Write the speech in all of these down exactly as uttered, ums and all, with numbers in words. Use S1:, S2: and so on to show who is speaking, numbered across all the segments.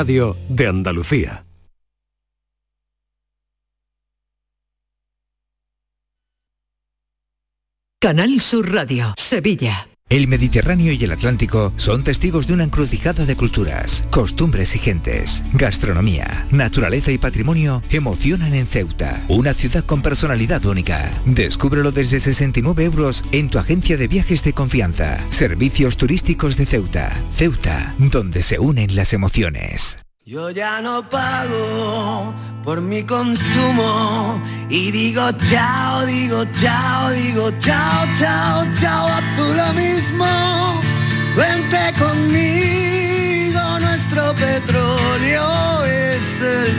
S1: Radio de Andalucía.
S2: Canal Sur Radio, Sevilla.
S3: El Mediterráneo y el Atlántico son testigos de una encrucijada de culturas, costumbres y gentes. Gastronomía, naturaleza y patrimonio emocionan en Ceuta, una ciudad con personalidad única. Descúbrelo desde sesenta y nueve euros en tu agencia de viajes de confianza. Servicios turísticos de Ceuta. Ceuta, donde se unen las emociones.
S4: Yo ya no pago por mi consumo y digo chao, digo chao, digo chao, chao, chao, a tú lo mismo. Vente conmigo, nuestro petróleo es el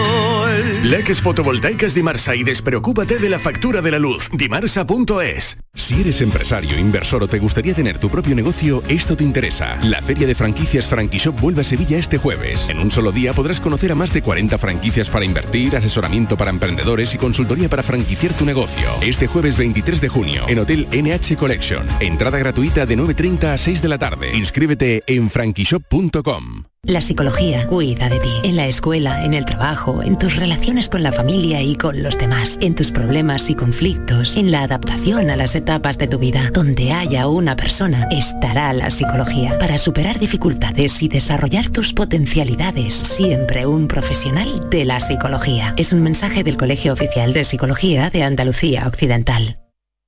S4: sol.
S5: Leques fotovoltaicas Dimarsa y despreocúpate de la factura de la luz. Dimarsa punto es. Si eres empresario, inversor o te gustaría tener tu propio negocio, esto te interesa. La Feria de Franquicias Franquishop vuelve a Sevilla este jueves. En un solo día podrás conocer a más de cuarenta franquicias para invertir, asesoramiento para emprendedores y consultoría para franquiciar tu negocio. Este jueves veintitrés de junio, en Hotel N H Collection. Entrada gratuita de nueve treinta a seis de la tarde. Inscríbete en franquishop punto com.
S6: La psicología cuida de ti, en la escuela, en el trabajo, en tus relaciones con la familia y con los demás, en tus problemas y conflictos, en la adaptación a las etapas de tu vida. Donde haya una persona, estará la psicología. Para superar dificultades y desarrollar tus potencialidades, siempre un profesional de la psicología. Es un mensaje del Colegio Oficial de Psicología de Andalucía Occidental.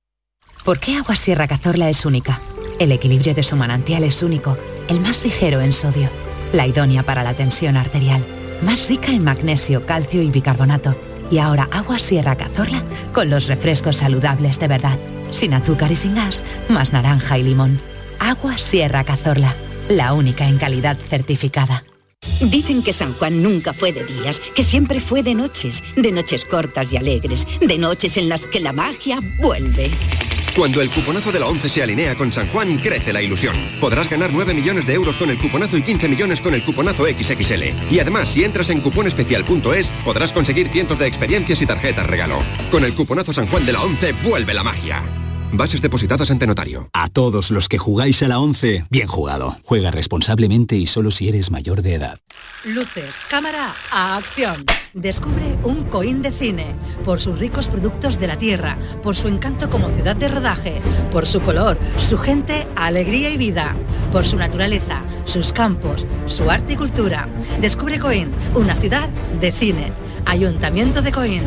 S7: ¿Por qué Agua Sierra Cazorla es única? El equilibrio de su manantial es único, el más ligero en sodio, la idónea para la tensión arterial, más rica en magnesio, calcio y bicarbonato. Y ahora Agua Sierra Cazorla con los refrescos saludables de verdad, sin azúcar y sin gas, más naranja y limón. Agua Sierra Cazorla, la única en calidad certificada.
S8: Dicen que San Juan nunca fue de días, que siempre fue de noches, de noches cortas y alegres, de noches en las que la magia vuelve.
S9: Cuando el cuponazo de la ONCE se alinea con San Juan, crece la ilusión. Podrás ganar nueve millones de euros con el cuponazo y quince millones con el cuponazo equis equis ele. Y además, si entras en cuponespecial punto es, podrás conseguir cientos de experiencias y tarjetas regalo. Con el cuponazo San Juan de la ONCE, vuelve la magia. Bases depositadas ante notario.
S10: A todos los que jugáis a la ONCE, bien jugado. Juega responsablemente y solo si eres mayor de edad.
S11: Luces, cámara, acción. Descubre un Coín de cine, por sus ricos productos de la tierra, por su encanto como ciudad de rodaje, por su color, su gente, alegría y vida, por su naturaleza, sus campos, su arte y cultura. Descubre Coín, una ciudad de cine. Ayuntamiento de Coín.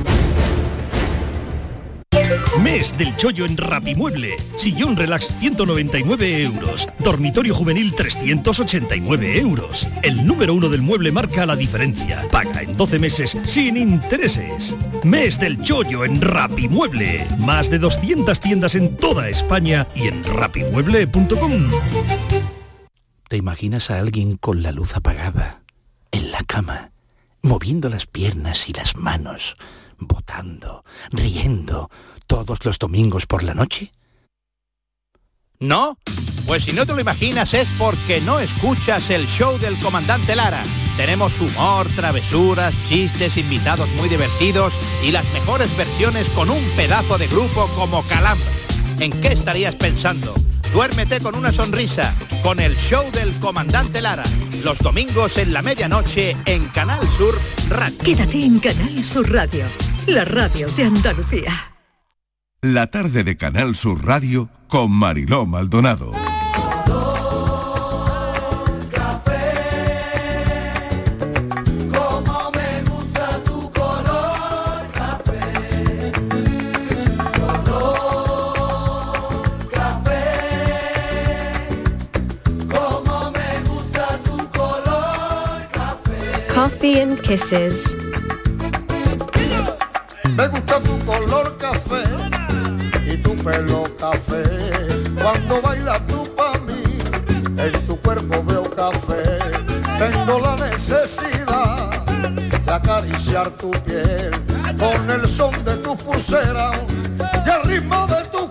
S12: Mes del chollo en Rapimueble. Sillón relax ciento noventa y nueve euros. Dormitorio juvenil trescientos ochenta y nueve euros. El número uno del mueble marca la diferencia. Paga en doce meses sin intereses. Mes del chollo en Rapimueble. Más de doscientas tiendas en toda España y en rapimueble punto com.
S13: ¿Te imaginas a alguien con la luz apagada, en la cama, moviendo las piernas y las manos, botando, riendo, todos los domingos por la noche?
S14: ¿No? Pues si no te lo imaginas es porque no escuchas el show del Comandante Lara. Tenemos humor, travesuras, chistes, invitados muy divertidos y las mejores versiones con un pedazo de grupo como Calambre. ¿En qué estarías pensando? Duérmete con una sonrisa, con el show del Comandante Lara. Los domingos en la medianoche en Canal Sur Radio.
S2: Quédate en Canal Sur Radio, la radio de Andalucía.
S15: La tarde de Canal Sur Radio con Mariló Maldonado.
S16: Coffee and Kisses.
S17: Me gusta tu color café y tu pelo café. Cuando bailas tú pa' mí, en tu cuerpo veo café. Tengo la necesidad de acariciar tu piel con el son de tu pulsera y el ritmo de tu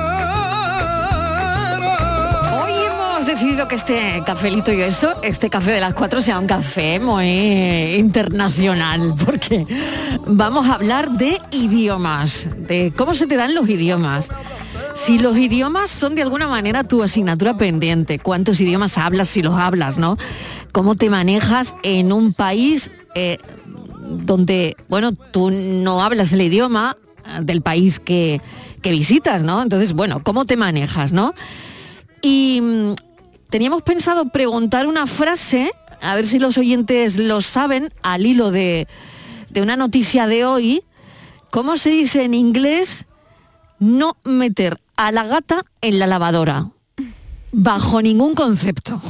S18: decidido que este cafelito y eso, este café de las cuatro sea un café muy internacional, porque vamos a hablar de idiomas, de cómo se te dan los idiomas. Si los idiomas son de alguna manera tu asignatura pendiente, cuántos idiomas hablas si los hablas, ¿no? cómo te manejas en un país eh, donde, bueno, tú no hablas el idioma del país que, que visitas, ¿no? Entonces, bueno, ¿cómo te manejas, no? Y mmm, teníamos pensado preguntar una frase, a ver si los oyentes lo saben, al hilo de, de una noticia de hoy. ¿Cómo se dice en inglés no meter a la gata en la lavadora? Bajo ningún concepto.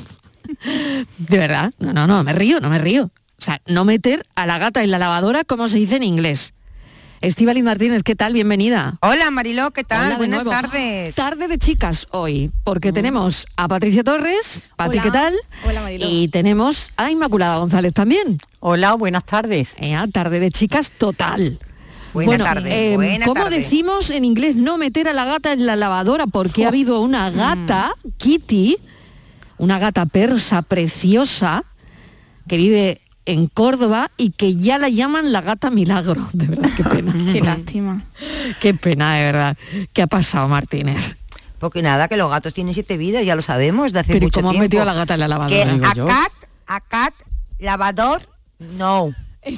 S18: De verdad, no, no, no, me río, no me río. O sea, no meter a la gata en la lavadora, ¿cómo se dice en inglés? Estíbaliz Martínez, ¿qué tal? Bienvenida.
S19: Hola Mariló, ¿qué tal?
S18: Hola,
S19: Buenas
S18: nuevo.
S19: tardes.
S18: Tarde de chicas hoy, porque mm. tenemos a Patricia Torres. Pati, ¿qué tal?
S20: Hola Mariló.
S18: Y tenemos a Inmaculada González también.
S21: Hola, buenas tardes.
S18: Eh, tarde de chicas total.
S19: Buena
S18: bueno,
S19: tarde,
S18: eh,
S19: buena
S18: ¿cómo
S19: tarde.
S18: decimos en inglés no meter a la gata en la lavadora? Porque oh. ha habido una gata, mm. Kitty, una gata persa preciosa, que vive en Córdoba y que ya la llaman la gata milagro. De verdad, qué pena.
S20: Qué lástima.
S18: Qué pena, de verdad. ¿Qué ha pasado, Martínez?
S19: Porque nada, que los gatos tienen siete vidas, ya lo sabemos de hace
S18: Pero
S19: mucho
S18: ¿cómo
S19: tiempo.
S18: has metido a la gata en la lavadora?
S19: Que a cat, a cat, lavador, no.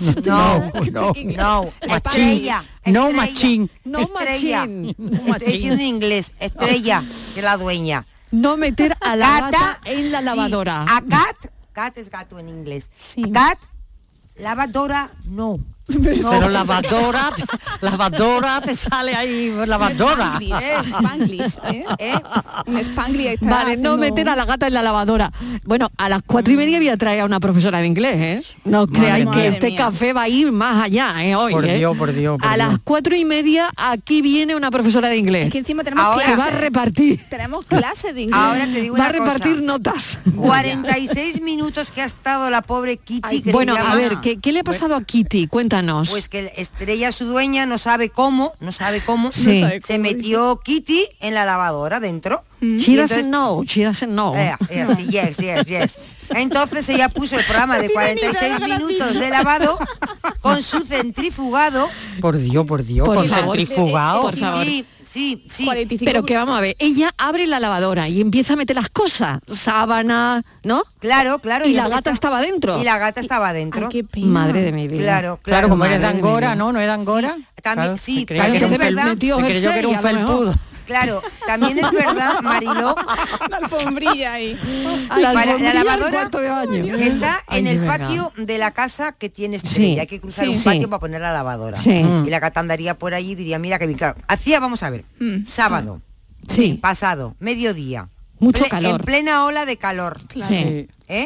S19: No, no, no, estrella,
S21: no
S19: estrella,
S21: machín,
S18: no
S19: estrella,
S18: machín.
S19: estoy diciendo en inglés, estrella, que es la dueña.
S18: No meter a la
S19: Gata,
S18: gata en la lavadora.
S19: Sí, a cat, cat es gato en inglés. Sí. Cat, lavadora, no.
S21: Pero, no, pero lavadora, lavadora te sale ahí, lavadora.
S20: Spanglish, ¿eh? ¿Eh? Un Spanglish.
S18: Vale,
S20: haciendo...
S18: no meter a la gata en la lavadora. Bueno, a las cuatro y media voy a traer a una profesora de inglés, ¿eh? No
S21: Madre
S18: creáis
S21: madre
S18: que este
S20: mía.
S18: café va a ir más allá, ¿eh? Hoy,
S21: por
S18: ¿eh?
S21: Dios, por Dios, por
S18: a
S21: Dios.
S18: las cuatro y media aquí viene una profesora de inglés.
S20: Es que encima tenemos
S19: Ahora
S18: que
S20: clases.
S18: va a repartir.
S20: Tenemos clases de inglés.
S19: Ahora te digo
S18: Va
S19: una
S18: a repartir
S19: cosa.
S18: notas.
S19: cuarenta y seis minutos que ha estado la pobre Kitty.
S18: Ay,
S19: que
S18: bueno,
S19: se llama,
S18: a ver, ¿qué, ¿qué le ha pasado a Kitty? Cuéntanos.
S19: Pues que Estrella, su dueña, no sabe cómo, no sabe cómo,
S18: Sí.
S19: no sabe cómo se metió Kitty en la lavadora dentro.
S18: She
S19: Y
S18: doesn't know, she doesn't know.
S19: Eh, eh, sí, yes, yes, yes. Entonces ella puso el programa de cuarenta y seis minutos de lavado con su centrifugado.
S21: Por Dios, por Dios,
S18: Por
S21: con
S18: favor,
S21: centrifugado.
S18: por favor.
S19: Sí, sí, sí.
S18: Pero que vamos a ver, ella abre la lavadora y empieza a meter las cosas, sábana, ¿no?
S19: Claro, claro.
S18: Y la
S19: entonces
S18: gata
S19: está-
S18: estaba dentro.
S19: Y la gata estaba dentro.
S20: Ay, qué pena.
S18: Madre de mi vida.
S19: Claro, claro.
S21: Claro, como eres de
S18: Madre de mi
S21: Angora,
S18: vida.
S21: ¿no? ¿No es de Angora?
S19: También,
S21: Claro,
S19: sí,
S21: se creía
S19: también
S21: que
S19: es
S21: era un-
S19: verdad.
S18: metió
S21: se creyó que era un
S18: jersey, a lo mejor.
S21: felpudo.
S19: Claro, también es verdad, Mariló,
S20: Una alfombrilla ahí.
S18: La
S19: para- la
S18: alfombrilla del
S19: lavadora
S18: cuarto de baño.
S19: está
S18: Ay,
S19: en el
S18: venga.
S19: patio de la casa que tiene
S18: Sí,
S19: Estrella. Hay que cruzar
S18: sí.
S19: un
S18: Sí.
S19: patio para poner la lavadora.
S18: Sí.
S19: Y la gata andaría por allí y diría, mira que bien claro. Hacía, vamos a ver,
S20: Mm.
S19: sábado,
S18: Sí,
S19: pasado, mediodía.
S18: Mucho
S19: ple-
S18: calor.
S19: En plena ola de calor.
S18: sí.
S19: ¿eh?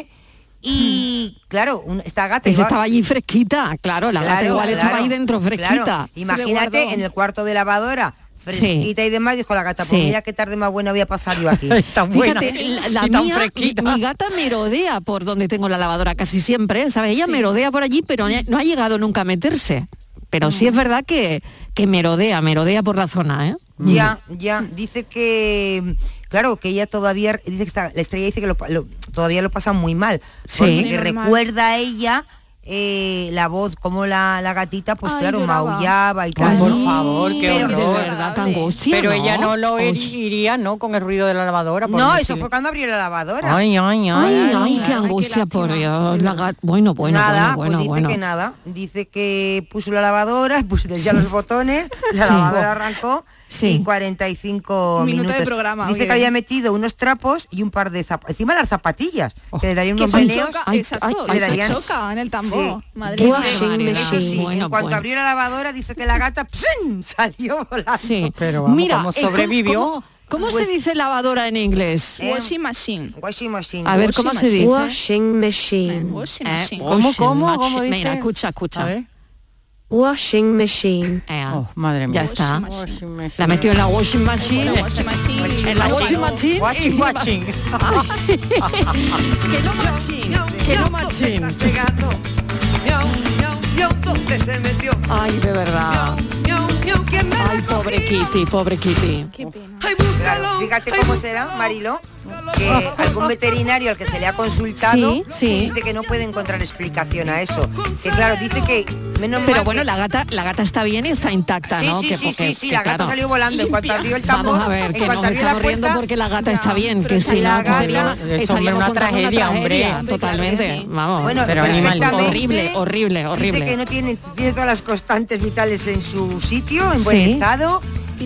S19: Y claro, un- esta gata
S18: Esa
S19: iba-
S18: estaba allí fresquita, claro, la gata
S19: Claro,
S18: igual estaba
S19: claro,
S18: ahí dentro fresquita.
S19: claro. Imagínate
S20: guardó.
S19: en el cuarto de lavadora, fresquita y demás, dijo la gata, pues
S18: Sí.
S19: mira qué tarde más buena voy a pasar yo aquí.
S21: Tan buena.
S18: Fíjate, la, la
S21: y tan
S18: mía, mi,
S21: fresquita.
S18: mi gata merodea por donde tengo la lavadora casi siempre, ¿sabes? Ella
S20: Sí.
S18: merodea por allí, pero no ha llegado nunca a meterse. Pero sí es verdad que, que merodea, merodea por la zona, ¿eh?
S19: Ya, ya, dice que, claro, que ella todavía, dice que está, la Estrella dice que lo, lo- todavía lo pasa muy mal,
S18: Sí.
S19: porque
S20: Muy
S19: que
S20: mal.
S19: recuerda a ella eh, la voz, como la, la gatita, pues
S20: Ay,
S19: claro,
S20: lloraba.
S19: maullaba y
S21: Ay,
S19: tal.
S21: por favor, qué
S18: Pero
S21: horror.
S18: de verdad, tan angustia,
S21: Pero
S18: ¿no?
S21: ella no lo
S18: Uy.
S21: iri- iría, ¿no? Con el ruido de la lavadora. por
S19: No,
S21: decir-
S19: eso fue cuando abrió la lavadora.
S21: Ay, ay, ay.
S18: Ay, ay,
S21: ay,
S18: qué
S20: ay,
S18: angustia,
S20: qué
S18: por
S20: lástima.
S18: Dios. La gat- Bueno, bueno,
S19: nada,
S18: bueno,
S19: pues
S18: bueno,
S19: dice
S18: bueno.
S19: que nada, dice que puso la lavadora, puso ya los botones, la
S18: Sí.
S19: lavadora arrancó
S18: Sí.
S19: y cuarenta y cinco
S20: Un minuto de
S19: minutos.
S20: programa,
S19: dice
S20: oye.
S19: que había metido unos trapos y un par de zapatos, encima las zapatillas, que le darían
S20: Que
S19: unos
S20: eso
S19: meneos.
S20: choca,
S18: Ay,
S20: exacto,
S18: ay,
S20: que
S19: ay,
S20: eso
S19: darían-
S20: choca en el tambor.
S19: Sí.
S20: Madre
S18: Qué
S20: mía.
S18: barbaridad.
S19: Eso sí,
S18: Bueno,
S19: en cuanto
S18: bueno.
S19: abrió la lavadora dice que la gata ¡psum! Salió volando.
S18: Sí.
S21: Pero vamos,
S18: Mira,
S21: ¿cómo
S18: eh, ¿cómo-
S21: sobrevivió?
S18: ¿Cómo, cómo
S19: Pues-
S18: se dice lavadora en inglés?
S19: Eh,
S20: Washing machine.
S19: Washing machine.
S18: A ver, ¿cómo se dice?
S16: Washing machine.
S20: Washing
S18: Eh,
S20: machine.
S21: ¿Cómo,
S18: washing
S21: cómo,
S18: machine.
S21: cómo dice?
S18: Mira, escucha, escucha.
S21: A ver.
S16: Washing machine.
S18: Eh,
S21: Oh, madre mía.
S18: ya está.
S21: Washing machine.
S18: La metió en la washing machine.
S20: La washing machine.
S18: En la washing machine.
S21: Watching,
S18: y-
S21: watching.
S18: Ay, que no machine. Que no machine.
S4: ¿Dónde se metió?
S18: Ay, de verdad. Ay, pobre Kitty, pobre Kitty.
S20: Qué pena.
S19: Claro, fíjate cómo será, Marilo. que algún veterinario al que se le ha consultado
S18: Sí, sí.
S19: dice que no puede encontrar explicación a eso. Que claro, dice que menos
S18: Pero
S19: mal
S18: bueno,
S19: que-
S18: la gata, la gata está bien y está intacta,
S19: Sí,
S18: ¿no?
S19: sí,
S18: Que
S19: sí,
S18: porque-
S19: sí, sí,
S18: que
S19: la gata
S18: claro.
S19: salió volando en cuanto abrió el tambor.
S18: Vamos a ver,
S19: en
S18: que
S19: cuanto
S18: nos
S19: abrió la
S18: estamos riendo
S19: puerta-
S18: porque la gata está bien, que si
S19: la
S18: no, que sería una,
S19: gata-
S21: Eso, hombre,
S18: estaríamos
S21: una
S18: contando
S21: tragedia, hombre.
S18: Totalmente, vamos.
S19: Bueno,
S21: Pero
S19: perfectamente,
S18: horrible, horrible,
S19: Dice
S18: horrible.
S19: que no tiene, tiene todas las constantes vitales en su sitio, en buen
S18: Sí.
S19: estado.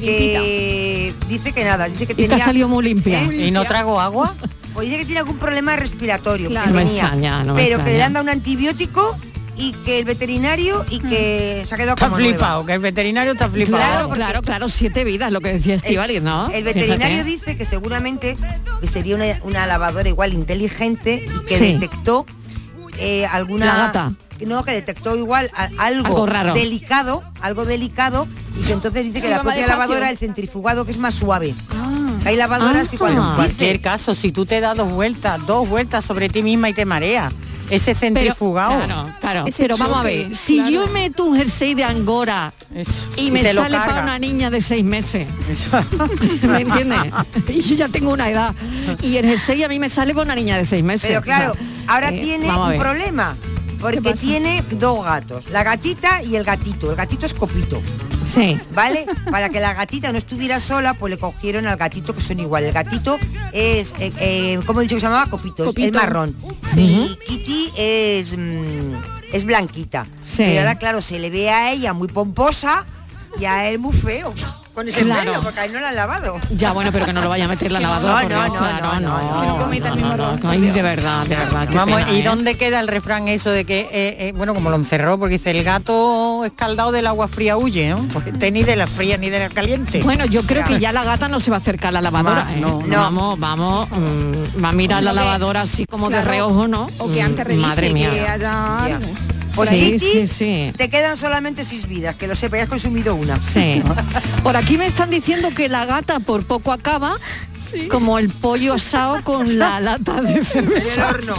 S19: Que dice que nada, dice que
S18: Y que
S19: tenía,
S18: ha salido muy limpia.
S19: ¿Eh?
S21: ¿Y no trago agua?
S19: Pues dice que tiene algún problema respiratorio, que
S18: Claro. No me
S19: tenía,
S18: extraña, no me
S19: pero que
S18: extraña.
S19: le han dado un antibiótico y que el veterinario y que se ha quedado
S21: Está
S19: como nueva.
S21: flipado, que el veterinario está flipado.
S18: Claro, claro, claro, siete vidas, lo que decía Estíbaliz, ¿no?
S19: El veterinario
S18: Fíjate.
S19: dice que seguramente que sería una, una lavadora igual inteligente y que
S18: Sí.
S19: detectó eh, alguna...
S18: La gata.
S19: No, que detectó igual a- algo,
S18: Algo raro.
S19: delicado, algo delicado, y que entonces dice que
S20: Y
S19: la
S20: va más
S19: propia
S20: despacio.
S19: lavadora, el centrifugado, que es más suave. Hay lavadoras que cuando
S21: En
S19: dice-
S21: cualquier caso, si tú te das dos vueltas, dos vueltas sobre ti misma y te mareas, ese centrifugado.
S18: Claro, claro.
S20: Ese
S18: Pero vamos a
S20: choque,
S18: ver, si
S20: claro.
S18: yo meto un jersey de Angora y me
S21: te lo
S18: sale para
S21: carga.
S18: una niña de seis meses, ¿me entiendes? Y yo ya tengo una edad. Y el jersey a mí me sale para una niña de seis meses.
S19: Pero claro,
S18: O sea,
S19: ahora
S18: eh,
S19: tiene
S18: vamos a
S19: un
S18: ver.
S19: problema, porque tiene dos gatos, la gatita y el gatito. El gatito es Copito.
S18: Sí.
S19: ¿Vale? Para que la gatita no estuviera sola, pues le cogieron al gatito, que son igual. El gatito es, eh, eh, ¿cómo he dicho que se llamaba? Copito, es el
S20: Copito.
S19: marrón. Y Kitty es, mm, es blanquita.
S18: Sí.
S19: Pero ahora, claro, se le ve a ella muy pomposa y a él muy feo. Con ese
S18: Claro.
S19: pelo, porque a él no la han lavado.
S18: Ya, bueno, pero que no lo vaya a meter la lavadora.
S19: No,
S18: por
S19: no,
S18: Dios,
S19: no,
S18: claro,
S19: no, no,
S18: no,
S19: no,
S20: cometa el
S18: no,
S20: mismo
S18: no,
S20: error.
S18: no. Ay, de verdad, de verdad. qué
S21: Vamos,
S18: pena,
S21: ¿y
S18: ¿eh?
S21: dónde queda el refrán eso de que, eh, eh, bueno, como lo encerró, porque dice, el gato escaldado del agua fría huye, ¿no? Pues este ni de la fría ni de la caliente.
S18: Bueno, yo creo que ya la gata no se va a acercar a la lavadora.
S21: Ma-
S18: ¿eh?
S21: no,
S19: no.
S18: Vamos, vamos, mm, va a mirar
S20: O
S18: la
S20: sea que-
S18: lavadora así como de
S20: claro,
S18: reojo, ¿no?
S20: O que
S18: Mm,
S20: antes revise
S18: Madre
S20: que
S18: mía.
S20: haya algo.
S19: Por
S18: Sí,
S19: Kitty,
S18: sí, sí.
S19: te quedan solamente seis vidas, que lo sepa, ya has consumido una.
S18: Sí. Por aquí me están diciendo que la gata por poco acaba como el pollo asado con la lata de cerveza.
S19: En el horno.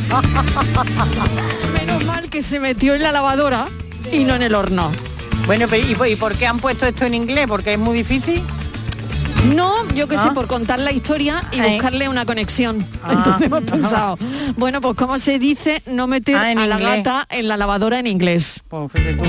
S18: Menos mal que se metió en la lavadora y no en el horno.
S21: Bueno, pero ¿y, por- y por qué han puesto esto en inglés? ¿Porque es muy difícil?
S18: No, yo que
S21: ¿Ah?
S18: sé, por contar la historia y
S21: Ay.
S18: buscarle una conexión.
S21: Ah.
S18: Entonces hemos pensado, bueno, pues cómo se dice no meter
S21: Ah, en
S18: a la
S21: inglés.
S18: gata en la lavadora en inglés.
S21: Pues fíjate tú.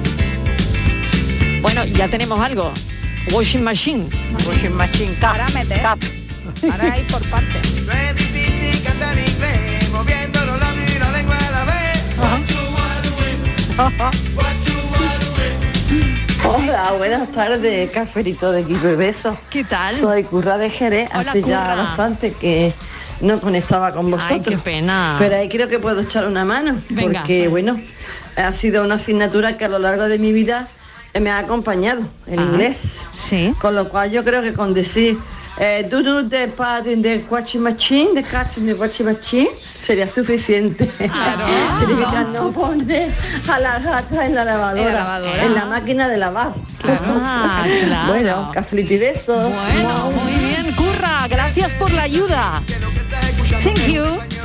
S18: Bueno, ya tenemos algo. Washing machine.
S21: Washing machine, cap,
S20: Ahora meter.
S21: cap.
S20: Ahora hay por partes.
S4: No es difícil cantar inglés, moviendo los labios y la lengua a la vez. What you wanna do, what you wanna do.
S1: Hola, buenas tardes, cafelito de Equipo y Besos.
S18: ¿Qué tal?
S1: Soy Curra de Jerez,
S18: Hola,
S1: hace ya
S18: Curra.
S1: bastante que no conectaba con vosotros.
S18: Ay, qué pena.
S1: Pero ahí creo que puedo echar una mano,
S18: Venga.
S1: porque bueno, ha sido una asignatura que a lo largo de mi vida eh, me ha acompañado, el
S18: Ah,
S1: inglés.
S18: Sí.
S1: Con lo cual yo creo que con decir eh, do do the part in the washing machine, the cat in the washing machine, sería suficiente. Significa no poner a la gata en la lavadora,
S20: En la lavadora.
S1: en la máquina de lavar.
S18: Ah, claro.
S1: Bueno, cafelito y besos.
S18: Bueno, muy bien, Curra, gracias por la ayuda. Thank you.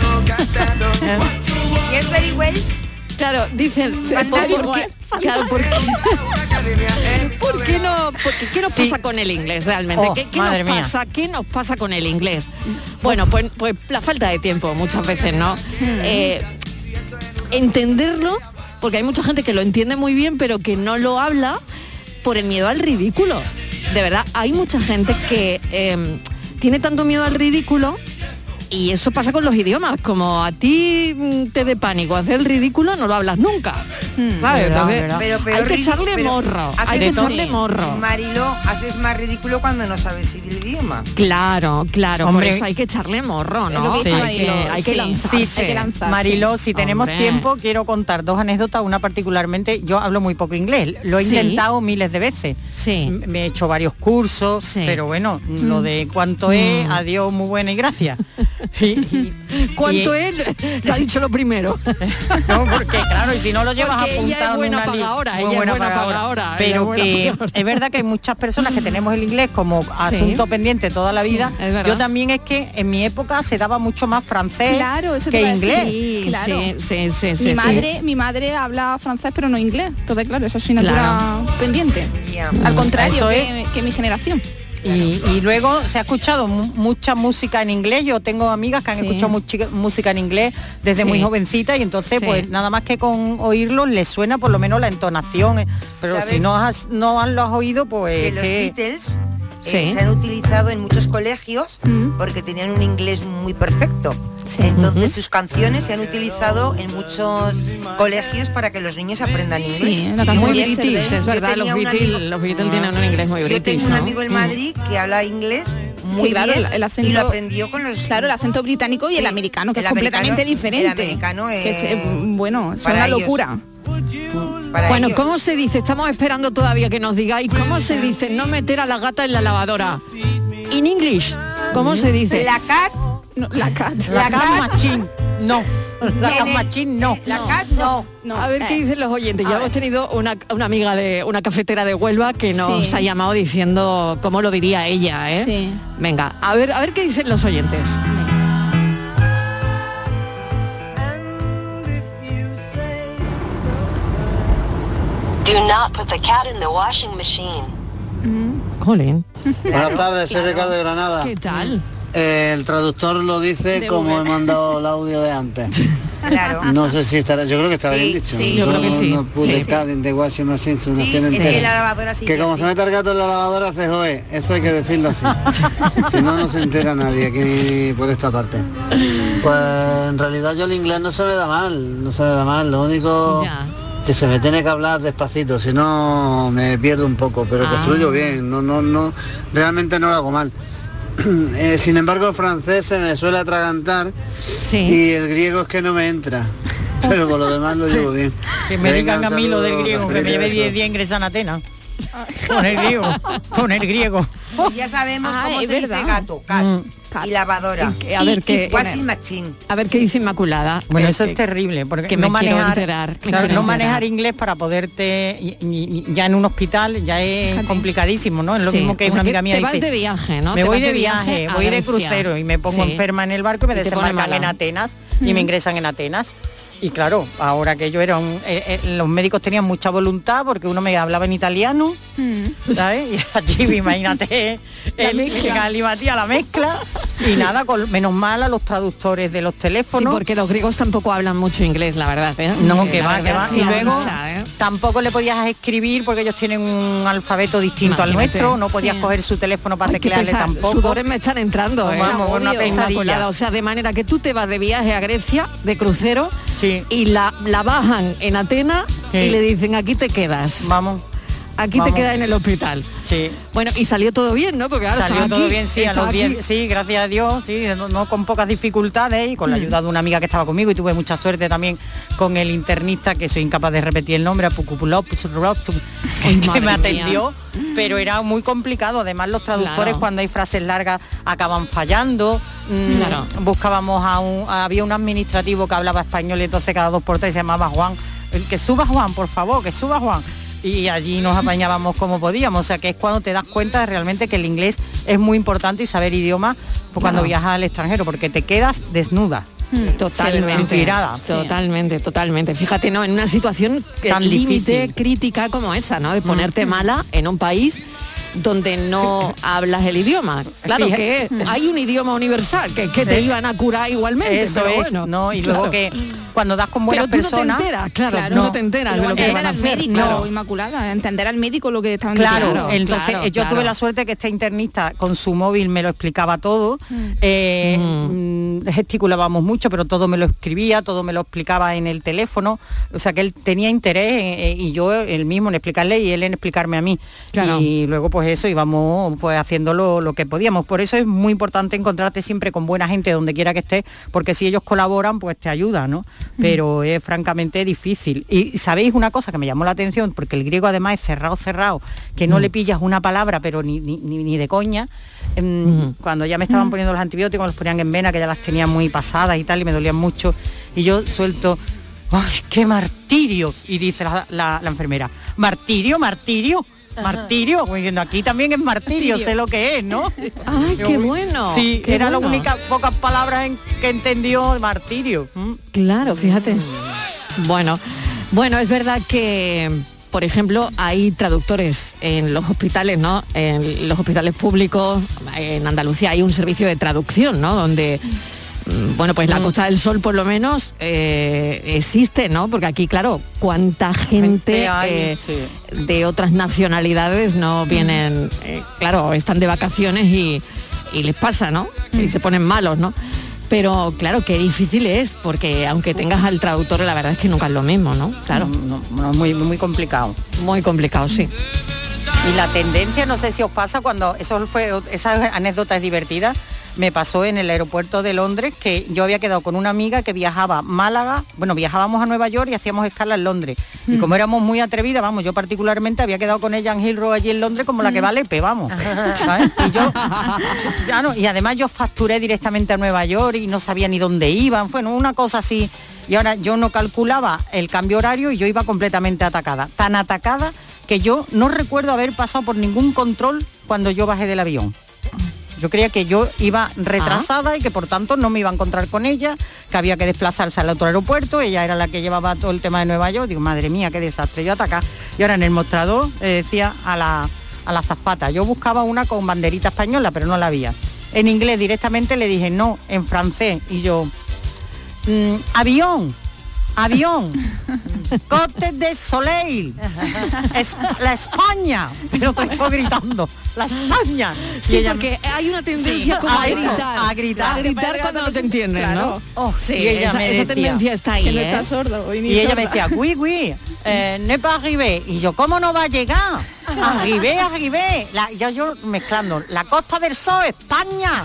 S19: Y es very well.
S18: Claro, dicen, ¿por, por qué? Claro, ¿por qué? ¿Por qué no? Porque, ¿qué nos
S21: Sí.
S18: pasa con el inglés realmente?
S21: Oh,
S18: ¿Qué, qué
S21: madre
S18: nos
S21: mía.
S18: pasa? ¿Qué nos pasa con el inglés? Bueno, pues, pues la falta de tiempo muchas veces, ¿no? Eh, entenderlo, porque hay mucha gente que lo entiende muy bien, pero que no lo habla por el miedo al ridículo. De verdad, hay mucha gente que eh, tiene tanto miedo al ridículo. Y eso pasa con los idiomas, como a ti mm, te dé pánico hacer el ridículo, no lo hablas nunca. ¿Sabes?
S21: verdad,
S18: Entonces,
S21: verdad.
S19: Pero peor
S18: hay que
S19: ridículo,
S18: echarle
S19: pero
S18: morro,
S19: haces
S18: hay que
S21: de todo.
S18: echarle morro.
S19: Marilo, haces más ridículo cuando no sabes el idioma.
S18: Claro, claro,
S21: Hombre,
S18: por eso hay que echarle morro,
S20: es lo
S18: ¿no?
S20: que dice
S18: hay, que,
S20: Mariló,
S18: hay que
S20: sí,
S18: lanzarse.
S20: sí, hay que lanzarse.
S21: Mariló, si tenemos
S18: Hombre.
S21: tiempo, quiero contar dos anécdotas, una particularmente, yo hablo muy poco inglés, lo he
S18: Sí.
S21: intentado miles de veces.
S18: Sí.
S21: M- Me he hecho varios cursos,
S18: Sí.
S21: pero bueno, lo de cuánto es,
S18: Mm.
S21: adiós, muy buena y gracias. Y- y-
S18: ¿Cuánto
S21: y-
S18: es? Lo ha dicho lo primero.
S21: No, porque claro, y si no lo llevas
S18: Porque ella es
S21: apuntado en
S18: buena
S21: una li-
S18: pagadora,
S21: muy
S18: ella es
S21: buena
S18: buena
S21: pagadora.
S18: pagadora, ella es
S21: Pero
S18: buena
S21: que
S18: pagadora.
S21: es verdad que hay muchas personas que tenemos el inglés como asunto pendiente toda la
S18: Sí,
S21: vida.
S18: es verdad.
S21: Yo también es que en mi época se daba mucho más francés
S20: Claro, eso te
S21: que
S20: iba a
S21: inglés.
S20: decir.
S18: Sí,
S20: Claro.
S18: sí, sí, sí, sí,
S20: mi
S18: sí.
S20: madre, mi madre habla francés pero no inglés. Entonces, claro, eso es asignatura
S18: Claro.
S20: pendiente.
S19: Ya.
S20: Al contrario
S21: Eso
S20: que, que mi generación.
S21: Y, y luego se ha escuchado mu- mucha música en inglés. Yo tengo amigas que han
S20: Sí.
S21: escuchado mucha música en inglés desde
S20: Sí.
S21: muy jovencita y entonces
S20: Sí.
S21: pues nada más que con oírlos les suena por lo menos la entonación. eh. Pero
S19: ¿Sabes?
S21: si no has, no lo has oído,
S19: Que
S21: pues
S19: los
S21: que-
S19: Beatles
S21: Sí.
S19: eh, se han utilizado en muchos colegios porque tenían un inglés muy perfecto. Entonces sus canciones se han utilizado en muchos colegios para que los niños aprendan inglés.
S18: la canción muy
S19: Yesterday.
S18: british, es
S19: Yo
S18: verdad,
S19: tenía
S18: los
S19: un
S18: Beatles,
S19: amigo-
S18: los Beatles tienen un inglés muy
S19: Yo
S18: british,
S19: tengo un
S18: ¿no?
S19: amigo en
S18: Mm.
S19: Madrid que habla inglés muy
S20: Sí, claro,
S19: bien
S20: el- el acento-
S19: y lo aprendió con los...
S20: Claro, el acento británico y el
S19: Sí,
S20: americano, que
S19: el
S20: es completamente
S19: americano-
S20: diferente.
S19: el americano
S20: que es,
S19: es-
S20: eh, bueno, es
S19: para
S20: una
S19: ellos.
S20: locura.
S19: Para
S18: Bueno,
S19: ellos.
S18: ¿cómo se dice? Estamos esperando todavía que nos digáis cómo se dice no meter a la gata en la lavadora. In English, ¿cómo se dice?
S19: La cat...
S20: No, la cat.
S21: La cat machín, no. La cat
S19: En el-
S21: machín, no.
S19: La cat no.
S18: A ver qué
S20: Eh,
S18: dicen los oyentes.
S20: a
S18: Ya
S20: ver.
S18: hemos tenido una, una amiga de una cafetera de Huelva que nos
S20: Sí.
S18: ha llamado diciendo cómo lo diría ella, ¿eh?
S20: Sí.
S18: Venga, a ver, a ver qué dicen los oyentes.
S3: Do not put the cat in the washing machine.
S18: Colin.
S22: Buenas tardes, soy Ricardo de Granada.
S18: ¿Qué tal?
S22: Eh, el traductor lo dice
S20: De
S22: como
S20: V.
S22: he mandado el audio de antes.
S19: Claro.
S22: No sé si estará, yo creo que estará
S19: Sí,
S22: bien dicho.
S19: sí.
S18: Yo creo que sí.
S22: No pude
S18: Sí.
S22: cat in the washing machine, su
S19: Sí,
S22: nación
S19: es
S22: entera.
S19: que la lavadora sí
S22: Que como
S19: así.
S22: se mete el gato en la lavadora se jode, eso hay que decirlo así. Si no, no se entera nadie aquí por esta parte. Pues en realidad yo el inglés no se me da mal, no se me da mal, lo único
S18: Ya.
S22: que se me tiene que hablar despacito, si no me pierdo un poco, pero
S18: Ah.
S22: construyo bien, no, no, no, realmente no lo hago mal. Eh, sin embargo el francés se me suele atragantar
S18: Sí.
S22: y el griego es que no me entra, pero por lo demás lo llevo bien.
S21: Que me
S22: Venga,
S21: digan a
S22: un
S21: mí lo del
S22: saludo,
S21: griego, que me
S22: cafelito,
S21: lleve
S22: eso.
S21: diez días ingresar en Atenas. Con el griego, con el griego.
S19: Y ya sabemos
S20: Ah,
S19: cómo
S20: es
S19: se dice
S20: verdad.
S19: gato, cat,
S21: Mm.
S19: y lavadora.
S18: Que- a ver
S19: y,
S18: qué-
S19: y washing machine.
S18: A ver qué dice Inmaculada.
S21: Bueno,
S18: Eh,
S21: eso
S18: que-
S21: es terrible, porque
S18: que
S21: no
S18: me quiero
S21: manejar,
S18: enterar, me
S21: claro,
S18: quiero
S21: no
S18: enterar.
S21: manejar inglés para poderte y- y- y ya en un hospital ya es
S20: Fíjate.
S21: complicadísimo, ¿no? Es lo
S18: Sí.
S21: mismo que
S18: O sea,
S21: una amiga
S18: que
S21: mía
S18: te vas
S21: dice.
S18: de viaje, ¿no?
S21: Me
S18: Te
S21: voy
S18: vas
S21: de
S18: de
S21: viaje,
S18: viaje a
S21: voy de
S18: Grecia.
S21: crucero y me pongo
S18: Sí.
S21: enferma en el barco y me
S18: Y te pone
S21: desembarcan en
S18: mala.
S21: Atenas y me ingresan en Atenas. Y claro, ahora que yo era un, eh, eh, los médicos tenían mucha voluntad porque uno me hablaba en italiano, ¿sabes? Y allí, imagínate,
S20: La
S21: el,
S20: mezcla.
S21: el galimatía, la mezcla, y nada, con, menos mal a los traductores de los
S18: Sí,
S21: teléfonos.
S18: porque los griegos tampoco hablan mucho inglés, la verdad, ¿eh?
S21: No,
S18: Eh,
S21: que
S18: la
S21: va, que
S18: verdad
S21: va.
S18: sí
S21: Y luego
S18: mucha, ¿eh?
S21: tampoco le podías escribir porque ellos tienen un alfabeto distinto al
S18: Imagínate.
S21: nuestro, no podías
S18: Sí.
S21: coger su teléfono para
S18: Ay, qué
S21: teclearle
S18: pesa-
S21: tampoco.
S18: Sudores me están entrando, ¿eh?
S21: Vamos, una
S18: Obvio.
S21: pesadilla.
S18: Inmaculada, o sea, de manera que tú te vas de viaje a Grecia, de crucero,
S21: Sí.
S18: y la, la bajan en Atenas
S21: Sí.
S18: y le dicen, aquí te quedas.
S21: Vamos.
S18: Aquí
S21: Vamos.
S18: te quedas en el hospital.
S21: Sí.
S18: Bueno, y salió todo bien, ¿no? Porque ahora
S21: Salió
S18: estás
S21: todo
S18: aquí,
S21: bien, sí, a
S18: estás
S21: los diez,
S18: aquí.
S21: sí, gracias a Dios, sí, no, no con pocas dificultades y con la
S18: Mm.
S21: ayuda de una amiga que estaba conmigo y tuve mucha suerte también con el internista, que soy incapaz de repetir el nombre, Pukupulop,
S18: Ay,
S21: que
S18: madre
S21: me
S18: mía.
S21: atendió, pero era muy complicado. Además los traductores
S18: Claro.
S21: cuando hay frases largas acaban fallando. Mm,
S18: Claro.
S21: Buscábamos a un, había un administrativo que hablaba español y entonces cada dos por tres se llamaba Juan. El que suba Juan, por favor, que suba Juan. Y allí nos apañábamos como podíamos, o sea que es cuando te das cuenta de realmente que el inglés es muy importante y saber idiomas pues, cuando
S18: Claro.
S21: viajas al extranjero, porque te quedas desnuda.
S18: Totalmente,
S21: Tirada.
S18: totalmente, totalmente. Fíjate, ¿no? En una situación que
S21: Tan
S18: límite,
S21: difícil.
S18: crítica como esa, ¿no? De ponerte mala en un país donde no hablas el idioma. Claro
S21: Fíjate.
S18: que hay un idioma universal, que, que te
S21: Sí.
S18: iban a curar igualmente.
S21: Eso
S18: pero
S21: es,
S18: bueno,
S21: ¿no? Y luego
S18: claro.
S21: que cuando das con buenas
S18: Pero tú
S21: personas...
S18: no te enteras, claro, tú no te enteras
S20: Y
S18: de
S20: luego
S18: lo que
S20: entender
S18: van a
S20: al
S18: hacer.
S20: médico,
S18: Claro.
S20: Inmaculada, entender al médico lo que estaban
S21: Claro,
S20: diciendo.
S21: entonces
S18: claro,
S21: eh, yo
S18: claro.
S21: tuve la suerte que este internista con su móvil me lo explicaba todo, eh, mm, gesticulábamos mucho, pero todo me lo escribía, todo me lo explicaba en el teléfono, o sea que él tenía interés eh, y yo él mismo en explicarle y él en explicarme a mí.
S18: Claro.
S21: Y luego pues eso íbamos pues haciendo lo, lo que podíamos. Por eso es muy importante encontrarte siempre con buena gente donde quiera que estés, porque si ellos colaboran pues te ayudan, ¿no? Pero es francamente difícil. Y sabéis una cosa que me llamó la atención, porque el griego además es cerrado, cerrado, que no le pillas una palabra, pero ni, ni, ni- ni de coña. Em, Cuando ya me estaban poniendo los antibióticos, me los ponían en vena, que ya las tenía muy pasadas y tal, y me dolían mucho. Y yo suelto, ¡ay, qué martirio! Y dice la, la- la enfermera, ¿martirio, martirio? Martirio, como diciendo, aquí también es martirio,
S18: Martirio.
S21: sé lo que es, ¿no?
S18: Ay,
S21: Yo,
S18: qué bueno.
S21: Sí,
S18: qué
S21: era la
S18: bueno.
S21: única pocas palabras en que entendió martirio. ¿Mm?
S18: Claro, fíjate. Bueno, bueno, es verdad que por ejemplo, hay traductores en los hospitales, ¿no? En los hospitales públicos, en Andalucía hay un servicio de traducción, ¿no? Donde, bueno, pues la Costa del Sol por lo menos eh, existe, ¿no? Porque aquí, claro, cuánta gente,
S21: hay,
S18: eh,
S21: sí.
S18: de otras nacionalidades no vienen, eh, claro, están de vacaciones y, y les pasa, ¿no? Y se ponen malos, ¿no? Pero claro, qué difícil es, porque aunque tengas al traductor, la verdad es que nunca es lo mismo, ¿no? Claro.
S21: No, no, muy, muy complicado.
S18: Muy complicado, sí.
S21: Y la tendencia, no sé si os pasa, cuando eso fue, esa anécdota es divertida, me pasó en el aeropuerto de Londres, que yo había quedado con una amiga que viajaba a Málaga, bueno, viajábamos a Nueva York y hacíamos escala en Londres. Mm. Y como éramos muy atrevidas, vamos, yo particularmente había quedado con ella en Heathrow allí en Londres como la que va a Lepe, vamos. ¿Sabes? Y yo, ya no, y además yo facturé directamente a Nueva York y no sabía ni dónde iban, bueno, una cosa así. Y ahora yo no calculaba el cambio horario y yo iba completamente atacada. Tan atacada que yo no recuerdo haber pasado por ningún control cuando yo bajé del avión. Yo creía que yo iba retrasada ah. y que por tanto no me iba a encontrar con ella, que había que desplazarse al otro aeropuerto, ella era la que llevaba todo el tema de Nueva York. Digo, madre mía, qué desastre, yo atacá. Y ahora en el mostrador eh, decía a la, a la azafata, yo buscaba una con banderita española, pero no la había. En inglés directamente le dije, no, en francés. Y yo, mmm, avión, avión, Côte de Soleil, es, la España, pero te estoy gritando, la España.
S18: Sí,
S21: ella,
S18: porque hay una tendencia
S21: sí,
S18: como a,
S21: a, eso,
S18: gritar,
S21: a gritar,
S18: a gritar cuando no te entienden,
S21: claro.
S18: ¿no? Oh, sí,
S21: y ella
S18: esa,
S21: me
S18: esa
S21: decía,
S18: tendencia está ahí,
S20: que no
S18: ¿eh?
S20: está sordo,
S21: y ella sorda. Me decía, oui, oui, eh, ne pas arriver. Y yo, ¿cómo no va a llegar? Arribé, arribé. La, yo, yo mezclando, la Costa del Sol, España.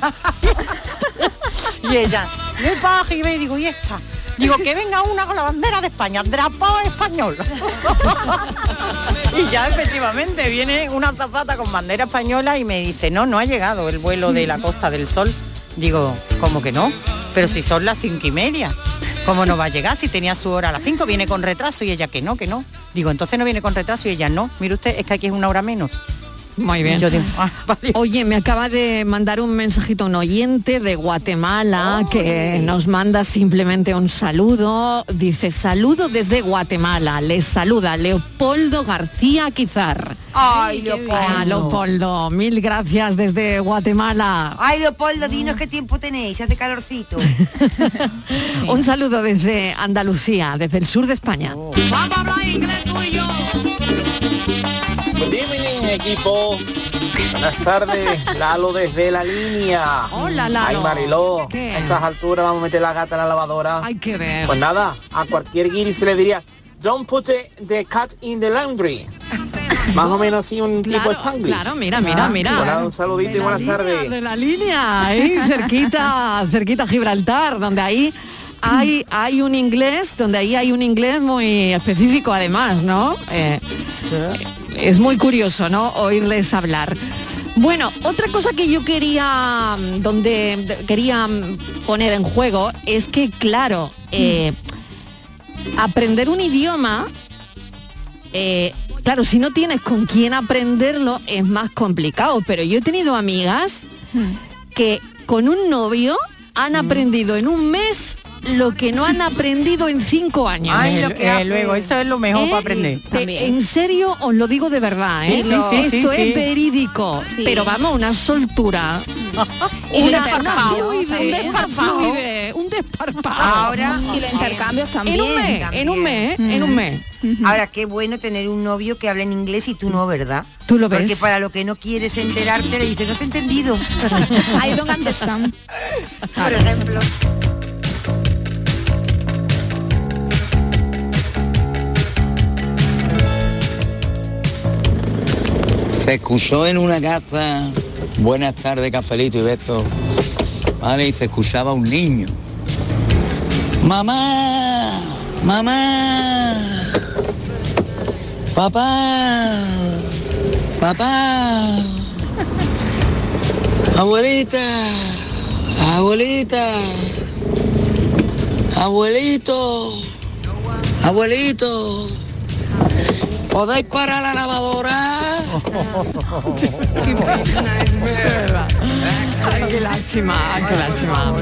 S21: Y ella, ne pas arriver. Y digo, ¿y esta? Digo, que venga una con la bandera de España, drapo español. Y ya efectivamente viene una zapata con bandera española y me dice, no, no ha llegado el vuelo de la Costa del Sol. Digo, ¿cómo que no? Pero si son las cinco y media. ¿Cómo no va a llegar? Si tenía su hora a las cinco, viene con retraso. Y ella, que no, que no. Digo, entonces no viene con retraso. Y ella, no. Mire usted, es que aquí es una hora menos.
S18: Muy bien.
S21: Yo digo, ah, vale.
S18: Oye, me acaba de mandar un mensajito un oyente de Guatemala, oh, que nos manda simplemente un saludo. Dice, saludo desde Guatemala. Les saluda Leopoldo García Quizar.
S19: Ay, Leopoldo.
S18: Ah, Leopoldo, mil gracias desde Guatemala.
S19: Ay, Leopoldo, dinos qué tiempo tenéis, hace calorcito.
S18: Un saludo desde Andalucía, desde el sur de España.
S5: Oh. Vamos a hablar inglés tú y yo. Good evening, equipo. Buenas tardes, Lalo desde la línea.
S18: Hola, Lalo.
S5: Ay, Mariló,
S18: ¿qué?
S5: a estas alturas vamos a meter la gata en la lavadora.
S18: Hay que ver.
S5: Pues nada, a cualquier guiri se le diría, don't put the, the cat in the laundry. Más o menos así un
S18: claro,
S5: tipo de Spanglish.
S18: Claro, mira, mira, mira.
S5: Bueno, un saludito y buenas
S18: línea,
S5: tardes.
S18: De la línea, ahí cerquita, cerquita Gibraltar, donde ahí hay, hay un inglés, donde ahí hay un inglés muy específico además, ¿no? Eh, es muy curioso, ¿no? Oírles hablar. Bueno, otra cosa que yo quería, donde quería poner en juego es que, claro, eh, aprender un idioma, eh, claro, si no tienes con quién aprenderlo es más complicado, pero yo he tenido amigas que con un novio han aprendido en un mes lo que no han aprendido en cinco años.
S21: Ay, lo que eh, luego, eso es lo mejor
S18: ¿Eh?
S21: para aprender.
S18: Te, en serio, os lo digo de verdad, ¿eh?
S21: Sí, sí, sí,
S18: Esto
S21: sí,
S18: es
S21: sí.
S18: verídico,
S20: Sí.
S18: pero vamos, una soltura.
S20: Y
S18: una,
S20: el
S18: una
S20: intercambio
S18: fluidez,
S20: también.
S18: una fluidez, un desparpajo.
S19: Ahora,
S20: Y los intercambios también.
S18: en un mes,
S19: también.
S18: en un mes, ¿eh? en un mes.
S19: Ahora, qué bueno tener un novio que hable en inglés y tú no, ¿verdad?
S18: Tú lo ves.
S19: Porque para lo que no quieres enterarte le dices, no te he entendido.
S20: I don't understand.
S19: Por ejemplo.
S6: Se excusó en una casa, buenas tardes, cafelito y besos, vale, y se excusaba un niño. Mamá, mamá, papá, papá, abuelita, abuelita, abuelito, abuelito. ¿Podéis parar la lavadora?
S18: Ay, qué lástima, ay, qué lástima.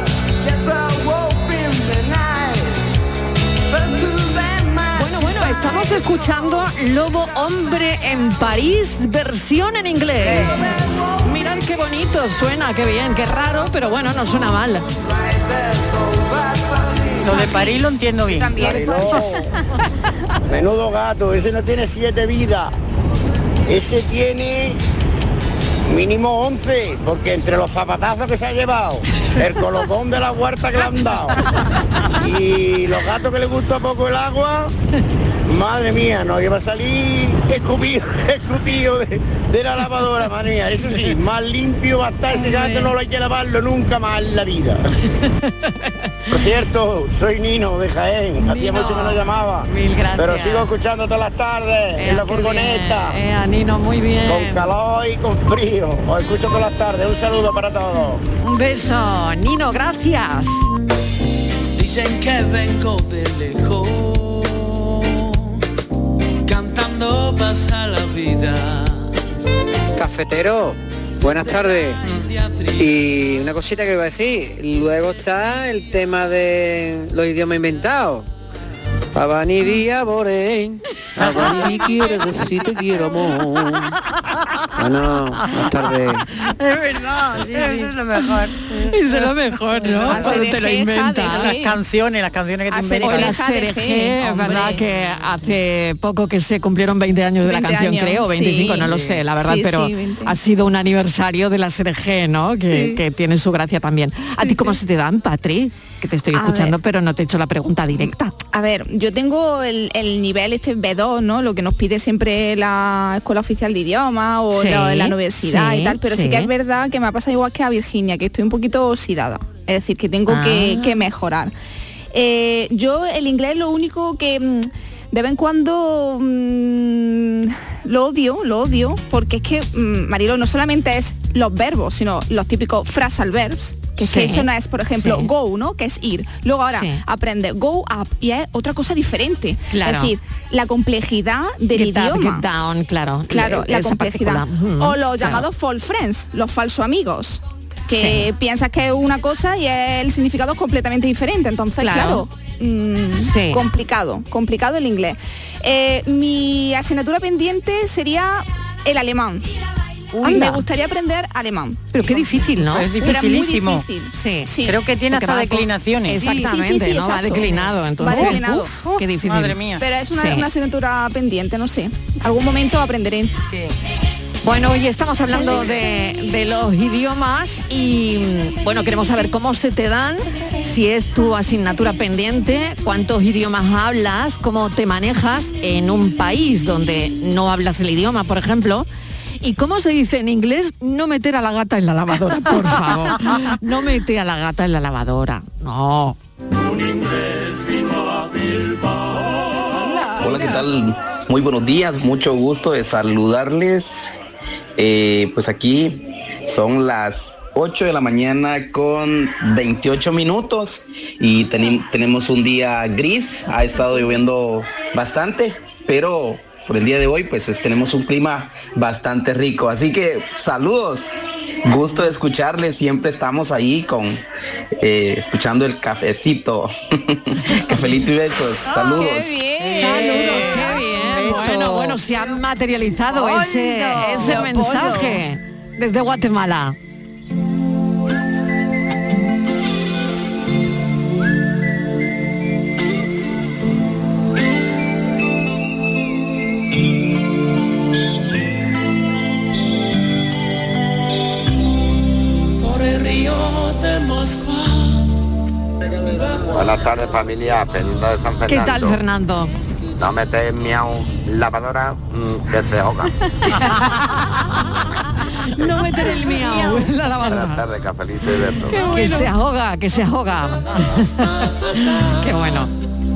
S18: Bueno, bueno, estamos escuchando Lobo Hombre en París, versión en inglés. Mirad qué bonito suena, qué bien, qué raro, pero bueno, no suena mal.
S21: Lo de París lo entiendo bien.
S7: Mariló, menudo gato, ese no tiene siete vidas. Ese tiene mínimo once, porque entre los zapatazos que se ha llevado, el colocón de la huerta que le han dado y los gatos que les gusta poco el agua, madre mía, no, que va a salir escupido, escupido de, de la lavadora, madre mía. Eso sí, más limpio va a estar ese gato, no lo hay que lavarlo nunca más en la vida. Por cierto, soy Nino de Jaén, hacía mucho que no llamaba.
S18: Mil gracias.
S7: Pero sigo escuchando todas las tardes
S18: Ea,
S7: en la
S18: qué
S7: furgoneta.
S18: bien. Ea, Nino, muy bien.
S7: Con calor y con frío. Os escucho todas las tardes. Un saludo para todos.
S18: Un beso, Nino, gracias.
S4: Dicen que vengo de lejos, cantando pasa la vida.
S8: Cafetero, buenas tardes. Y una cosita que iba a decir, luego está el tema de los idiomas inventados. Abani vía Borein, Abani quiere decir te quiero amor. Bueno, buenas tardes.
S21: Es verdad, sí, sí. Eso es lo mejor.
S18: Eso es lo mejor, ¿no? Cuando te lo inventas.
S21: Las canciones, las canciones que te inventas.
S18: O la Serejé, es verdad que hace poco que se cumplieron veinte años de la canción, años, creo, veinticinco, sí, no lo sé, la verdad, sí, pero sí, ha sido un aniversario de la Serejé, ¿no? Que, sí. que tiene su gracia también. ¿A sí, ti cómo sí. se te dan, Patri? Que te estoy a escuchando, ver. pero no te he hecho la pregunta directa.
S20: A ver, yo tengo el, el nivel este B dos, ¿no? Lo que nos pide siempre la Escuela Oficial de Idiomas o sí, la, la universidad sí, y tal, pero sí. sí que es verdad que me ha pasado igual que a Virginia, que estoy un poquito oxidada, es decir, que tengo ah. que, que mejorar. Eh, yo el inglés lo único que de vez en cuando mmm, lo odio, lo odio, porque es que, mmm, Marilo, no solamente es los verbos, sino los típicos phrasal verbs, que, sí, que eso no es, por ejemplo, sí. go, ¿no? Que es ir. Luego ahora sí. aprende go up y es otra cosa diferente. Claro. Es decir, la complejidad del
S18: get
S20: idioma.
S18: Up, get down, claro.
S20: Claro, la complejidad.
S18: Mm,
S20: o los
S18: claro.
S20: llamados false friends, los falsos amigos, que sí. piensas que es una cosa y el significado es completamente diferente. Entonces, claro, claro mmm, sí. complicado, complicado el inglés. Eh, mi asignatura pendiente sería el alemán. Uy, me gustaría aprender alemán.
S18: Pero qué difícil, ¿no?
S21: Es dificilísimo.
S20: Difícil.
S18: Sí.
S20: sí.
S21: Creo que tiene Porque hasta declinaciones.
S18: Con... Exactamente, sí, sí, sí, ¿no? Va declinado, entonces.
S20: Va declinado.
S18: Uf, uf, qué difícil.
S21: Madre mía.
S20: Pero es una, sí. una asignatura pendiente, no sé. Algún momento aprenderé. Sí.
S18: Bueno, hoy estamos hablando de, de los idiomas y, bueno, queremos saber cómo se te dan, si es tu asignatura pendiente, cuántos idiomas hablas, cómo te manejas en un país donde no hablas el idioma, por ejemplo. ¿Y cómo se dice en inglés? No meter a la gata en la lavadora, por favor. No mete a la gata en la lavadora. No.
S23: Hola, ¿qué tal? Muy buenos días, mucho gusto de saludarles. Eh, pues aquí son las ocho de la mañana con veintiocho minutos y ten- tenemos un día gris. Ha estado lloviendo bastante, pero por el día de hoy pues es, tenemos un clima bastante rico, así que saludos, gusto de escucharles, siempre estamos ahí con eh, escuchando el cafecito. Cafelito y besos, saludos.
S18: Oh, qué bien. Saludos, qué bien. Beso. Bueno, bueno, se ha materializado oh, ese, no, ese mensaje pollo. Desde Guatemala.
S24: Buenas tardes, familia. Fernando de San Fernando.
S18: ¿Qué tal, Fernando?
S24: No metes miau lavadora mmm, que se ahoga.
S18: No meter el miau en la lavadora.
S24: Buenas tardes, cafelito y besos.
S18: Bueno. Que se ahoga, que se ahoga. Qué bueno.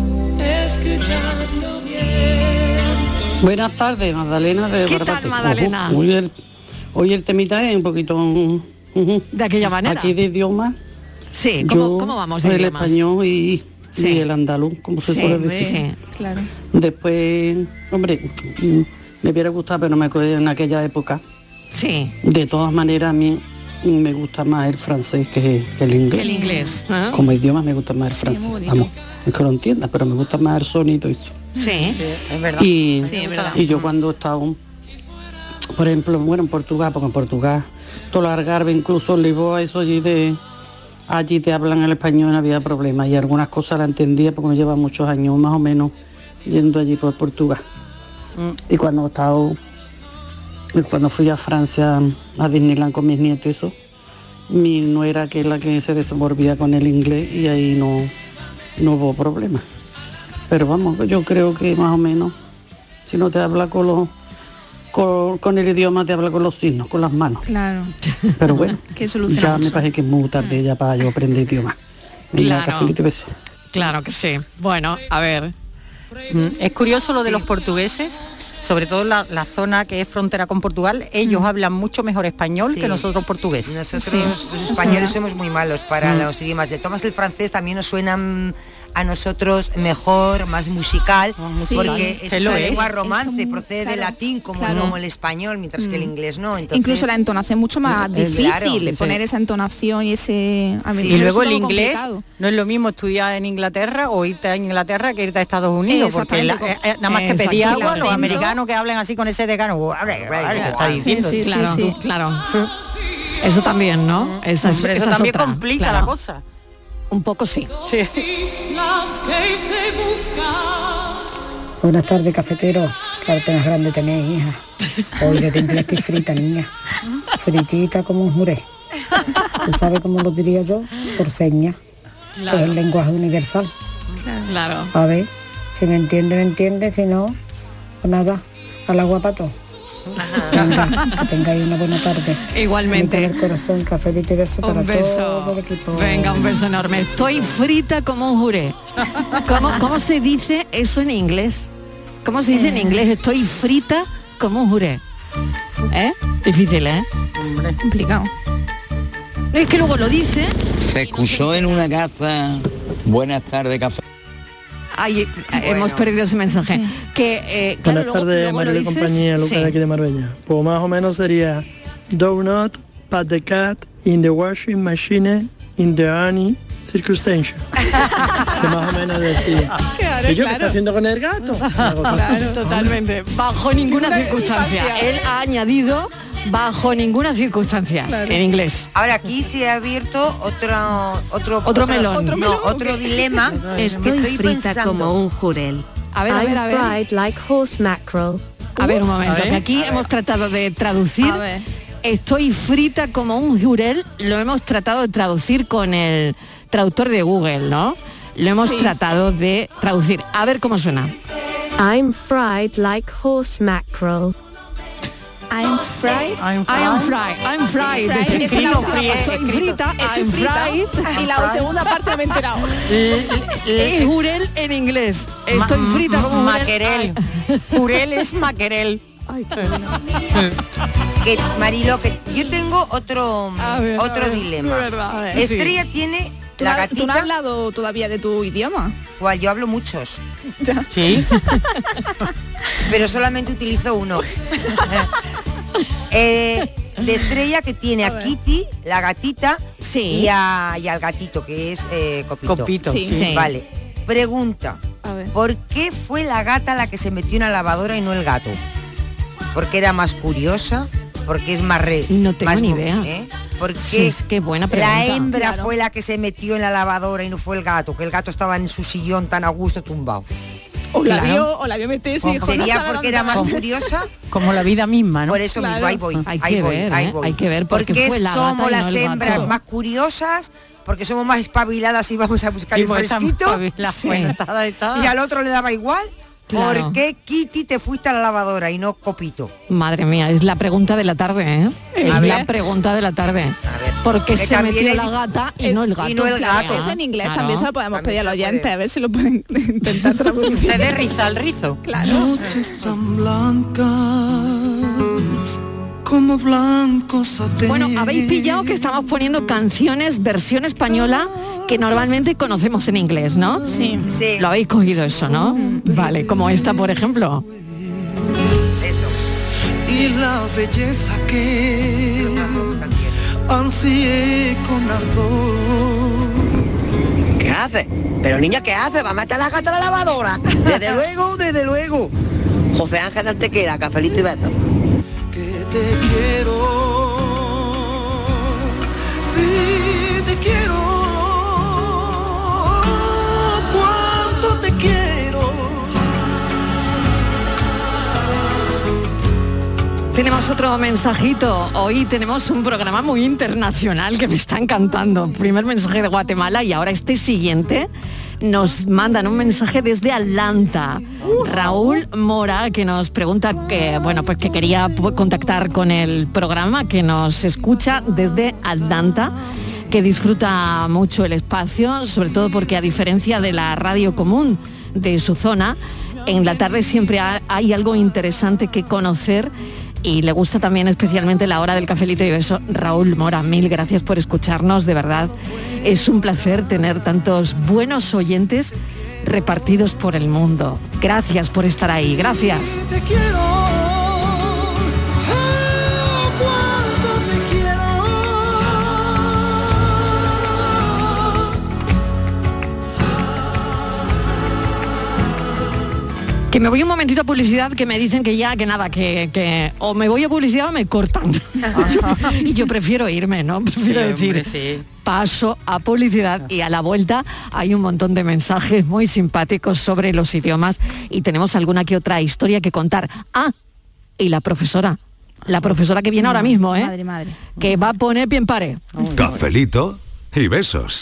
S25: Buenas tardes, Magdalena de
S18: ¿Qué Barbate. Tal, Magdalena?
S25: Ojo, hoy, el, hoy el temita es un poquito... Uh, uh,
S18: de aquella manera.
S25: Aquí de idioma.
S18: Sí, ¿cómo, ¿cómo vamos de
S25: el
S18: idiomas?
S25: español y, sí. y el andaluz, como se
S18: sí,
S25: puede decir.
S18: Sí, claro.
S25: Después, hombre, me hubiera gustado, pero no me acuerdo en aquella época.
S18: Sí.
S25: De todas maneras, a mí me gusta más el francés que el inglés.
S18: El inglés. ¿Eh?
S25: Como idioma me gusta más el francés. Sí, vamos, es que lo entiendas, pero me gusta más el sonido y eso.
S18: Sí,
S21: es verdad.
S25: Y,
S21: Sí, es verdad.
S25: y yo cuando estaba, por ejemplo, bueno, en Portugal, porque en Portugal, todo el Algarve, incluso en Lisboa, eso allí de allí te hablan el español, no había problema. Y algunas cosas las entendía porque me lleva muchos años más o menos yendo allí por Portugal. Mm. Y cuando estaba, cuando fui a Francia a Disneyland con mis nietos, eso, mi nuera, que es la que se desenvolvía con el inglés, y ahí no, no hubo problema. Pero vamos, yo creo que más o menos, si no te habla con los con, con el idioma, te habla con los signos, con las manos.
S20: Claro.
S25: Pero bueno,
S20: Que soluciona
S25: ya
S20: mucho.
S25: me parece que es muy tarde ya para yo aprender idioma. Venga,
S18: Claro.
S25: cafelito y beso.
S18: Claro que sí. Bueno, a ver.
S21: Mm, Es curioso lo de los portugueses, sobre todo la, la zona que es frontera con Portugal, ellos hablan mucho mejor español
S19: Sí.
S21: que nosotros portugués.
S19: Nosotros los españoles somos muy malos para
S21: Mm.
S19: los idiomas. De tomas el francés también nos suenan a nosotros mejor, más musical,
S21: musical.
S19: porque
S21: Sí,
S19: es
S21: lo
S19: una
S21: es.
S19: lengua
S21: Es
S19: romance,
S20: como-
S19: procede
S20: claro,
S19: del latín como,
S20: claro.
S19: como el español, mientras que el inglés no. Entonces,
S20: Incluso la entonación mucho más
S19: Eh,
S20: difícil,
S19: claro, sí.
S20: poner esa entonación y ese... a mí
S21: Y
S20: me
S21: luego el
S20: resulta muy
S21: inglés,
S20: complicado.
S21: no es lo mismo estudiar en Inglaterra o irte a Inglaterra que irte a Estados Unidos, porque la-
S20: Exactamente.
S21: eh, eh, nada más que
S20: Exacto.
S21: pedir
S20: El
S21: agua, los
S20: acento.
S21: americanos que hablan así con ese decano, está
S18: Sí,
S21: diciendo.
S18: sí, claro,
S21: Sí.
S18: claro. Eso también, ¿no? Esa es-
S21: Hombre, eso
S18: esa es
S21: también
S18: otra,
S21: complica
S18: claro.
S21: la cosa.
S18: Un poco sí.
S9: Buenas tardes, cafetero. Qué arte más grande tenéis, hija. Hoy de temple estoy frita, niña. Fritita como un juré. ¿Tú sabes cómo lo diría yo? Por señas. Que es el lenguaje universal.
S18: Claro.
S9: A ver, si me entiende, me entiende. Si no, pues nada, al agua pato. Venga, que tengáis una buena tarde.
S18: Igualmente.
S9: Bonito del corazón, cafelito y beso para
S18: Un beso.
S9: todo el equipo.
S18: Venga, un beso enorme. Estoy frita como un juré. ¿Cómo, cómo se dice eso en inglés? ¿Cómo se dice en inglés? Estoy frita como un juré. ¿Eh? Difícil, ¿eh? Complicado. Es que luego lo dice.
S6: Se excusó en una casa. Buenas tardes, café.
S18: Ay, eh, hemos perdido ese mensaje. Que, eh, claro,
S10: Buenas
S18: luego-
S10: tardes,
S18: luego
S10: María
S18: lo
S10: de
S18: dices,
S10: compañía, Lucas
S18: sí.
S10: de aquí de Marbella. Pues más o menos sería do not put the cat in the washing machine in the any circumstance. Que más o menos decía.
S18: Claro,
S10: ¿Y yo qué
S18: claro.
S10: está haciendo con el gato?
S18: Claro, totalmente. Bajo ninguna circunstancia. Él ha añadido bajo ninguna circunstancia en inglés.
S19: Ahora aquí se ha abierto otro otro
S18: Otro melón.
S19: no,
S18: ¿Otro
S19: otro,
S18: melón?
S19: dilema.
S16: Estoy,
S19: Estoy
S16: frita
S19: pensando.
S16: como un jurel.
S18: A ver, a ver, a ver.
S16: I'm fried like horse mackerel.
S18: A ver, un momento,
S16: A ver.
S18: que aquí hemos tratado de traducir. Estoy frita como un jurel, lo hemos tratado de traducir con el traductor de Google, ¿no? Lo hemos
S16: Sí.
S18: tratado de traducir. A ver cómo suena.
S16: I'm fried like horse mackerel.
S20: I'm fried.
S18: I am fried. I'm fried.
S20: Fried,
S18: Estoy
S20: escrito,
S18: frita,
S20: fríe,
S18: estoy
S20: escrito.
S18: frita.
S20: Estoy
S18: I'm
S20: frita.
S18: fried.
S20: Y la segunda parte no me he enterado.
S18: Es jurel en inglés. Estoy
S21: Ma-
S18: frita como un
S21: maquerel. Jurel es maquerel.
S19: Que Marilo, que yo tengo otro
S20: ver,
S19: otro
S20: a ver,
S19: dilema.
S20: de verdad, a ver.
S19: Estrella
S20: Sí.
S19: tiene
S20: ¿Tú
S19: la
S20: no-
S19: gatita.
S20: ¿Tú no has hablado todavía de tu idioma?
S19: Cual yo hablo muchos.
S21: Sí.
S19: Pero solamente utilizo uno. Eh, de Estrella, que tiene a, Kitty, la gatita, y, a- y al gatito, que es eh, Copito.
S21: Copito, Sí. sí.
S19: Vale. Pregunta. ¿Por qué fue la gata la que se metió en la lavadora y no el gato? ¿Porque era más curiosa? ¿Porque es más re...
S18: No tengo
S19: más
S18: ni
S19: mo-
S18: idea.
S19: ¿eh? Porque
S18: Sí, es que buena pregunta.
S19: la hembra
S18: Claro.
S19: fue la que se metió en la lavadora y no fue el gato, que el gato estaba en su sillón tan a gusto tumbado.
S20: O la
S19: Claro.
S20: vio, o la vio meterse y dijo,
S19: Sería
S20: no sabe
S19: porque
S20: dónde
S19: era más
S20: va.
S19: curiosa.
S21: Como la vida misma, ¿no?
S19: Por eso mismo, ahí voy,
S18: Hay
S19: ahí
S18: que
S19: voy,
S18: ver,
S19: ahí
S18: ¿eh?
S19: voy.
S18: Hay que ver por qué
S19: porque
S18: fue la
S19: somos
S18: gata y
S19: las
S18: no el
S19: hembras
S18: gato.
S19: más curiosas, porque somos más espabiladas y vamos a buscar
S21: Sí,
S19: el
S21: pues están
S19: fresquito.
S21: espabiladas,
S18: Sí.
S21: bueno, está- está-
S19: Y al otro le daba igual.
S18: Claro.
S19: ¿Por qué, Kitty, te fuiste a la lavadora y no Copito?
S18: Madre mía, es la pregunta de la tarde, ¿eh? Es
S19: A
S18: la
S19: ver.
S18: pregunta de la tarde. ¿Por qué
S19: Que
S18: se
S19: también
S18: metió
S19: hay-
S18: la gata y no el gato?
S19: y no el
S18: Claro,
S19: gato.
S20: Eso en inglés
S18: claro.
S20: también se lo podemos pedir a los oyentes, a ver si lo pueden intentar traducir.
S21: Ustedes riza al rizo.
S20: Claro.
S4: Noches tan blancas como blanco satén.
S18: Bueno, habéis pillado que estamos poniendo canciones versión española que normalmente conocemos en inglés, ¿no?
S20: Sí.
S19: Sí.
S18: Lo habéis cogido eso, ¿no? Vale, como esta, por ejemplo.
S19: Eso.
S4: Y la belleza que ansié con ardor.
S2: ¿qué hace? Pero niña, ¿qué hace? ¿Va a meter la gata a la lavadora? Desde luego, desde luego. José Ángel de Antequera, cafelito y besos.
S4: Te quiero, sí te quiero, cuánto te quiero.
S18: Tenemos otro mensajito. Hoy tenemos un programa muy internacional que me está encantando. Primer mensaje de Guatemala y ahora este siguiente. Nos mandan un mensaje desde Atlanta. Raúl Mora, que nos pregunta que, bueno, pues que quería contactar con el programa, que nos escucha desde Atlanta, que disfruta mucho el espacio, sobre todo porque a diferencia de la radio común de su zona, en la tarde siempre hay algo interesante que conocer y le gusta también especialmente la hora del cafelito y beso. Raúl Mora, mil gracias por escucharnos, de verdad. Es un placer tener tantos buenos oyentes repartidos por el mundo. Gracias por estar ahí, gracias.
S4: Te quiero, oh, cuánto te quiero.
S18: Que me voy un momentito a publicidad, que me dicen que ya, que nada, que, que o me voy a publicidad o me cortan. Y yo prefiero irme, ¿no? Prefiero
S21: Sí,
S18: decir,
S21: hombre, sí.
S18: paso a publicidad y a la vuelta hay un montón de mensajes muy simpáticos sobre los idiomas y tenemos alguna que otra historia que contar. Ah, y la profesora, la profesora que viene ahora mismo, ¿eh?
S20: Madre, madre.
S18: Que va a poner pie en pared.
S15: Cafelito y besos.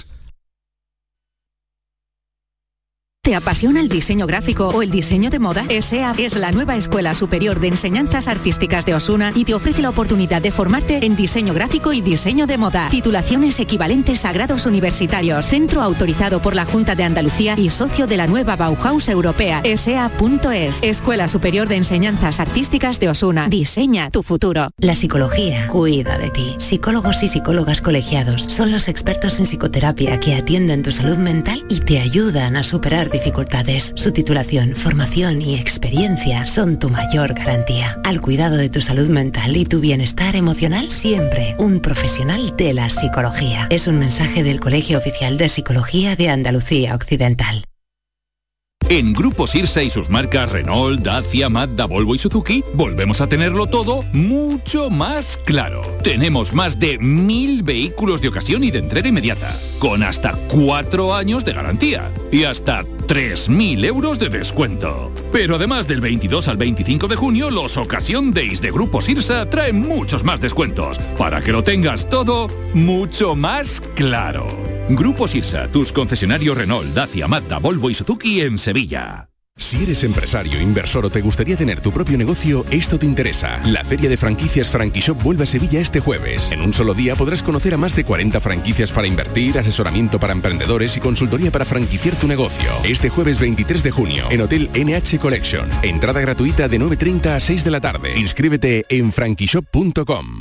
S11: ¿Te apasiona el diseño gráfico o el diseño de moda? E S E A es la nueva Escuela Superior de Enseñanzas Artísticas de Osuna y te ofrece la oportunidad de formarte en diseño gráfico y diseño de moda. Titulaciones equivalentes a grados universitarios. Centro autorizado por la Junta de Andalucía y socio de la nueva Bauhaus Europea. E S E A punto es. Escuela Superior de Enseñanzas Artísticas de Osuna. Diseña tu futuro.
S12: La psicología cuida de ti. Psicólogos y psicólogas colegiados son los expertos en psicoterapia que atienden tu salud mental y te ayudan a superar dificultades. Su titulación, formación y experiencia son tu mayor garantía. Al cuidado de tu salud mental y tu bienestar emocional, siempre un profesional de la psicología. Es un mensaje del Colegio Oficial de Psicología de Andalucía Occidental.
S13: En Grupo Sirsa y sus marcas Renault, Dacia, Mazda, Volvo y Suzuki, volvemos a tenerlo todo mucho más claro. Tenemos más de mil vehículos de ocasión y de entrega inmediata, con hasta cuatro años de garantía y hasta tres mil euros de descuento. Pero además del veintidós al veinticinco de junio, los Occasion Days de Grupo Sirsa traen muchos más descuentos, para que lo tengas todo mucho más claro. Grupo Sirsa, tus concesionarios Renault, Dacia, Mazda, Volvo y Suzuki en Sevilla.
S14: Si eres empresario, inversor o te gustaría tener tu propio negocio, esto te interesa. La Feria de Franquicias Franquishop vuelve a Sevilla este jueves. En un solo día podrás conocer a más de cuarenta franquicias para invertir, asesoramiento para emprendedores y consultoría para franquiciar tu negocio. Este jueves veintitrés de junio, en Hotel N H Collection. Entrada gratuita de nueve treinta a seis de la tarde. Inscríbete en franquishop punto com.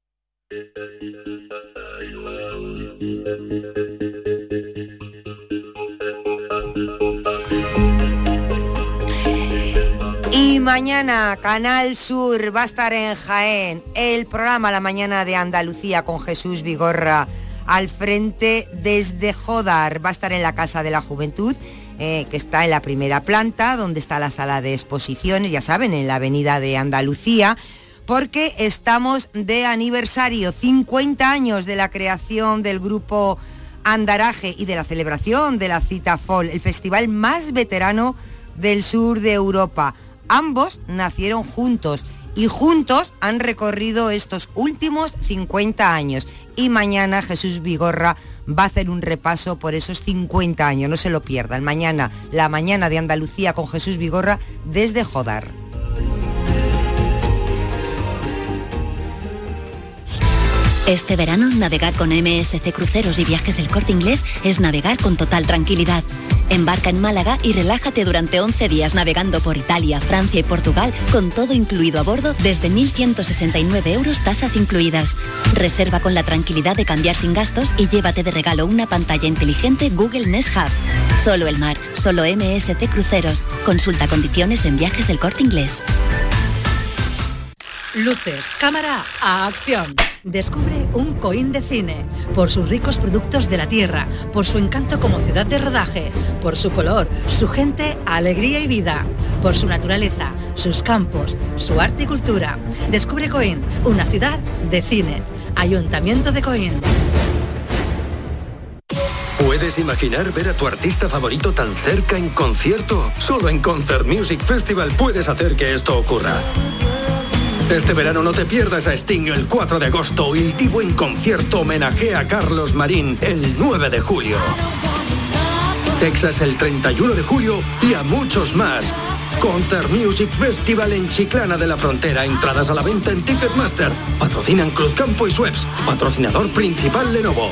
S19: Y mañana Canal Sur va a estar en Jaén, el programa La Mañana de Andalucía con Jesús Vigorra al frente desde Jodar. Va a estar en la Casa de la Juventud, eh, que está en la primera planta, donde está la sala de exposiciones, ya saben, en la avenida de Andalucía, porque estamos de aniversario, cincuenta años de la creación del grupo Andaraje y de la celebración de la Cita Fall, el festival más veterano del sur de Europa. Ambos nacieron juntos y juntos han recorrido estos últimos cincuenta años. Y mañana Jesús Vigorra va a hacer un repaso por esos cincuenta años, no se lo pierdan. Mañana, La Mañana de Andalucía con Jesús Vigorra desde Jodar.
S26: Este verano, navegar con M S C Cruceros y Viajes El Corte Inglés es navegar con total tranquilidad. Embarca en Málaga y relájate durante once días navegando por Italia, Francia y Portugal con todo incluido a bordo desde mil ciento sesenta y nueve euros, tasas incluidas. Reserva con la tranquilidad de cambiar sin gastos y llévate de regalo una pantalla inteligente Google Nest Hub. Solo el mar, solo M S C Cruceros. Consulta condiciones en Viajes El Corte Inglés.
S1: Luces, cámara, acción. Descubre un Coín de cine, por sus ricos productos de la tierra, por su encanto como ciudad de rodaje, por su color, su gente, alegría y vida, por su naturaleza, sus campos, su arte y cultura. Descubre Coín, una ciudad de cine. Ayuntamiento de Coín.
S3: ¿Puedes imaginar ver a tu artista favorito tan cerca en concierto? Solo en Concert Music Festival puedes hacer que esto ocurra. Este verano no te pierdas a Sting el cuatro de agosto y el Divo en concierto homenajea a Carlos Marín el nueve de julio. Texas el treinta y uno de julio y a muchos más. Concert Music Festival en Chiclana de la Frontera. Entradas a la venta en Ticketmaster. Patrocinan Cruzcampo y Schweppes. Patrocinador principal Lenovo.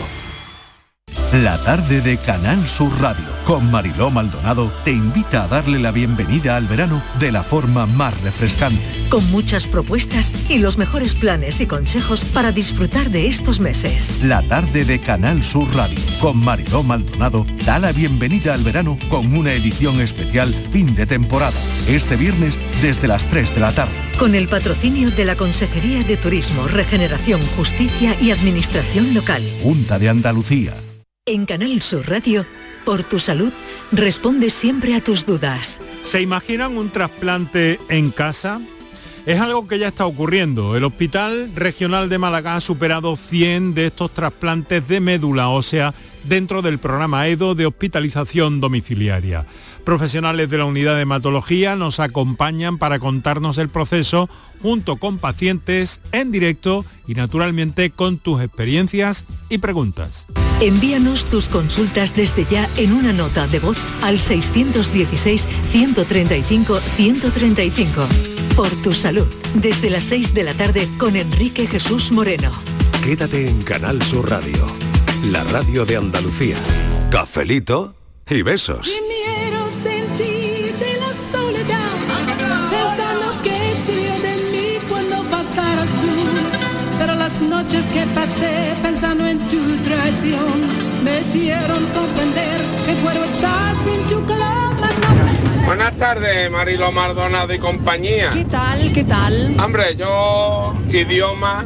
S15: La tarde de Canal Sur Radio con Mariló Maldonado te invita a darle la bienvenida al verano de la forma más refrescante.
S1: Con muchas propuestas y los mejores planes y consejos para disfrutar de estos meses.
S15: La tarde de Canal Sur Radio con Mariló Maldonado da la bienvenida al verano con una edición especial fin de temporada. Este viernes desde las tres de la tarde.
S1: Con el patrocinio de la Consejería de Turismo, Regeneración, Justicia y Administración Local.
S15: Junta de Andalucía.
S1: En Canal Sur Radio, por tu salud, responde siempre a tus dudas.
S5: ¿Se imaginan un trasplante en casa? Es algo que ya está ocurriendo. El Hospital Regional de Málaga ha superado cien de estos trasplantes de médula ósea dentro del programa E D O de hospitalización domiciliaria. Profesionales de la unidad de hematología nos acompañan para contarnos el proceso junto con pacientes en directo y naturalmente con tus experiencias y preguntas.
S1: Envíanos tus consultas desde ya en una nota de voz al seiscientos dieciséis, ciento treinta y cinco, ciento treinta y cinco. Por tu salud, desde las seis de la tarde con Enrique Jesús Moreno.
S14: Quédate en Canal Sur Radio, la radio de Andalucía. Cafelito y besos.
S4: Quiero sentir de la soledad, pensando que sería de mí cuando faltaras tú. Pero las noches que pasé pensando en tu traición me hicieron comprender que puedo estar sin tu calor, mas no pensé.
S24: Buenas tardes, Mariló Maldonado y compañía.
S18: ¿Qué tal? ¿Qué tal?
S24: Hombre, yo idioma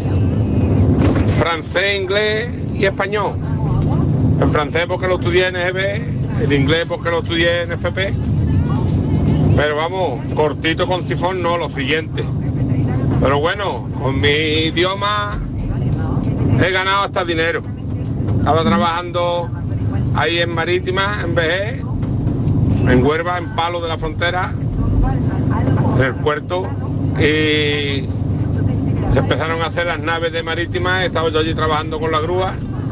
S24: francés, inglés y español. El francés porque lo estudié en E G B, el inglés porque lo estudié en F P. Pero vamos, cortito con sifón no, lo siguiente. Pero bueno, con mi idioma he ganado hasta dinero. Estaba trabajando ahí en Marítima, en Vejer, en Huelva, en Palo de la Frontera, en el puerto, y se empezaron a hacer las naves de Marítima, estaba yo allí trabajando con la grúa,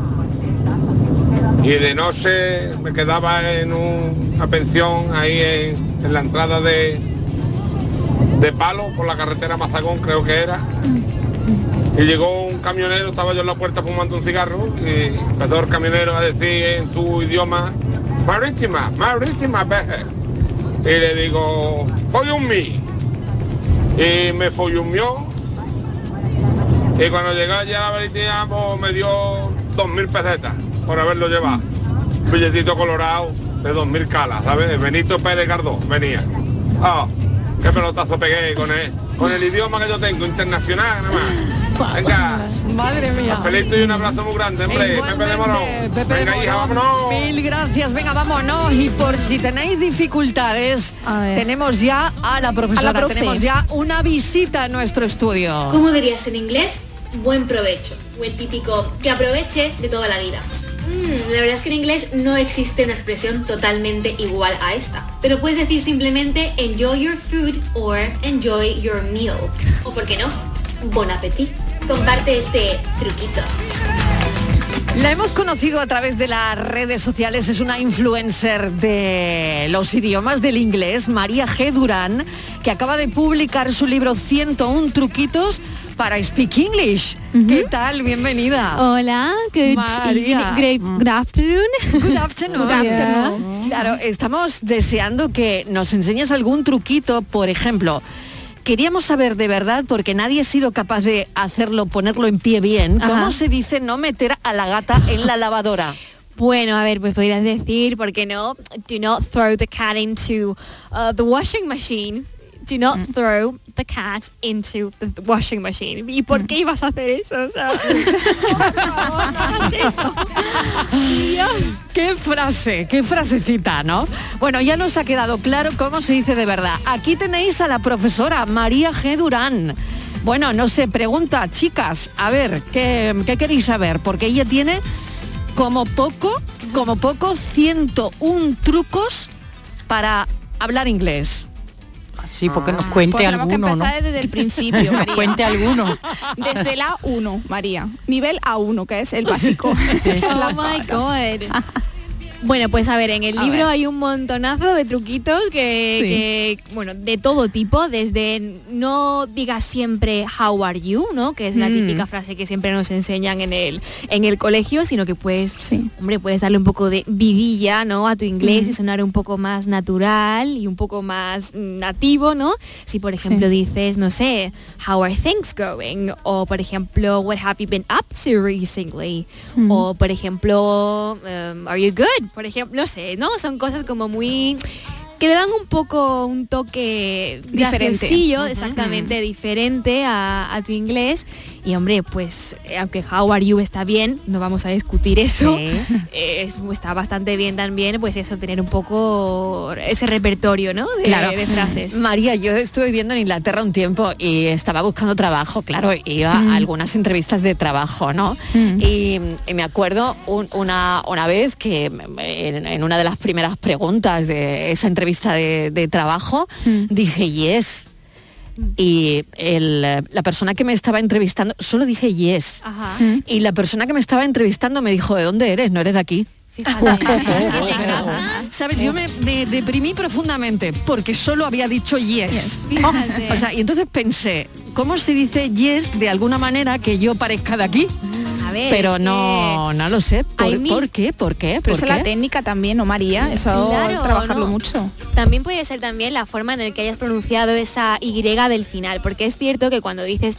S24: y de noche me quedaba en un- una pensión ahí en, en la entrada de, de Palo, por la carretera Mazagón creo que era, y llegó un camionero, estaba yo en la puerta fumando un cigarro, y empezó el camionero a decir en su idioma, Marítima, Marítima, Vejer. Y le digo, follumi. Y me follumió. Y cuando llegué allá a Marítima, pues me dio dos mil pesetas por haberlo llevado. Un billetito colorado de dos mil calas, ¿sabes? Benito Pérez Gardó venía. Ah, qué pelotazo pegué con el, con el idioma que yo tengo, internacional nada más. Venga.
S18: Madre mía.
S24: Felito y un abrazo muy grande, hombre. Pepe de Morón.
S18: Pepe de
S24: Venga, hija,
S18: Morón,
S24: vámonos.
S18: Mil gracias, venga, vámonos. Y por si tenéis dificultades, tenemos ya a la profesora,
S7: A la profe.
S18: tenemos ya una visita en nuestro estudio.
S7: ¿Cómo dirías en inglés? Buen provecho. O el típico que aproveche de toda la vida. Mm, la verdad es que en inglés no existe una expresión totalmente igual a esta. Pero puedes decir simplemente enjoy your food or enjoy your meal. O por qué no, bon appetit. Comparte este truquito.
S18: La hemos conocido a través de las redes sociales, es una influencer de los idiomas del inglés, María G. Durán, que acaba de publicar su libro ciento uno truquitos para Speak English. ¿Qué tal? Bienvenida.
S17: Hola, good
S18: María.
S17: evening, great, good afternoon.
S18: Good afternoon.
S17: Good afternoon.
S18: Claro, estamos deseando que nos enseñes algún truquito, por ejemplo. Queríamos saber de verdad, porque nadie ha sido capaz de hacerlo, ponerlo en pie bien,
S17: Ajá.
S18: ¿cómo se dice no meter a la gata en la lavadora?
S17: Bueno, a ver, pues podrías decir, ¿por qué no? Do not throw the cat into uh, the washing machine. do not throw the cat into the washing machine. ¿Y por qué ibas a hacer eso? O sea, por favor, no hagas eso. Dios.
S18: Qué frase, qué frasecita, ¿no? Bueno, ya nos ha quedado claro cómo se dice de verdad. Aquí tenéis a la profesora María G. Durán. Bueno, no sé, pregunta, chicas, a ver, ¿qué, qué queréis saber? Porque ella tiene como poco, como poco, ciento uno trucos para hablar inglés.
S21: Sí, porque nos cuente
S20: pues tenemos
S21: alguno,
S20: que empezar
S21: ¿no?
S20: desde el principio, María.
S21: Nos cuente alguno.
S20: Desde la uno, María. Nivel A uno, que es el básico.
S17: Oh my God. Bueno, pues a ver, en el
S20: A
S17: libro
S20: ver.
S17: hay un montonazo de truquitos que,
S20: Sí.
S17: que, bueno, de todo tipo, desde no digas siempre how are you, ¿no? Que es la
S20: Mm.
S17: típica frase que siempre nos enseñan en el, en el colegio, sino que puedes, hombre, puedes darle un poco de vidilla, ¿no? A tu inglés
S20: Mm.
S17: y sonar un poco más natural y un poco más nativo, ¿no? Si por ejemplo
S20: Sí.
S17: dices, no sé, how are things going? O por ejemplo, what have you been up to recently?
S20: Mm.
S17: O por ejemplo, um, are you good? Por ejemplo, no sé, ¿no? Son cosas como muy que le dan un poco un toque
S20: Diferente.
S17: graciosillo,
S20: Ujú.
S17: exactamente diferente a, a tu inglés. Y hombre, pues eh, aunque how are you está bien, no vamos a discutir eso.
S18: Sí.
S17: Eh, es- está bastante bien también, pues eso, tener un poco ese repertorio, ¿no? De,
S18: Claro.
S17: de frases.
S18: María, yo estuve viviendo en Inglaterra un tiempo y estaba buscando trabajo, claro, iba
S17: Mm.
S18: a algunas entrevistas de trabajo, ¿no?
S20: Mm.
S18: Y, y me acuerdo un- una, una vez que en, en una de las primeras preguntas de esa entrevista de, de trabajo,
S20: Mm.
S18: dije yes. Y el, la persona que me estaba entrevistando, solo dije yes.
S17: Ajá.
S18: Y la persona que me estaba entrevistando me dijo, ¿de dónde eres? ¿No eres de aquí? ¿Sabes? Yo me, me deprimí profundamente porque solo había dicho yes.
S17: Fíjate.
S18: O sea, y entonces pensé, ¿cómo se dice yes de alguna manera que yo parezca de aquí?
S17: A ver,
S18: Pero
S17: es
S18: no, no lo sé. ¿Por,
S17: hay mil-
S18: ¿por qué? ¿Por qué?
S20: Pero
S18: ¿Por
S20: esa es la
S18: qué?
S20: técnica también, ¿no, María? Eso hay que trabajarlo
S17: ¿no?
S20: mucho.
S17: También puede ser también la forma en la que hayas pronunciado esa Y del final, porque es cierto que cuando dices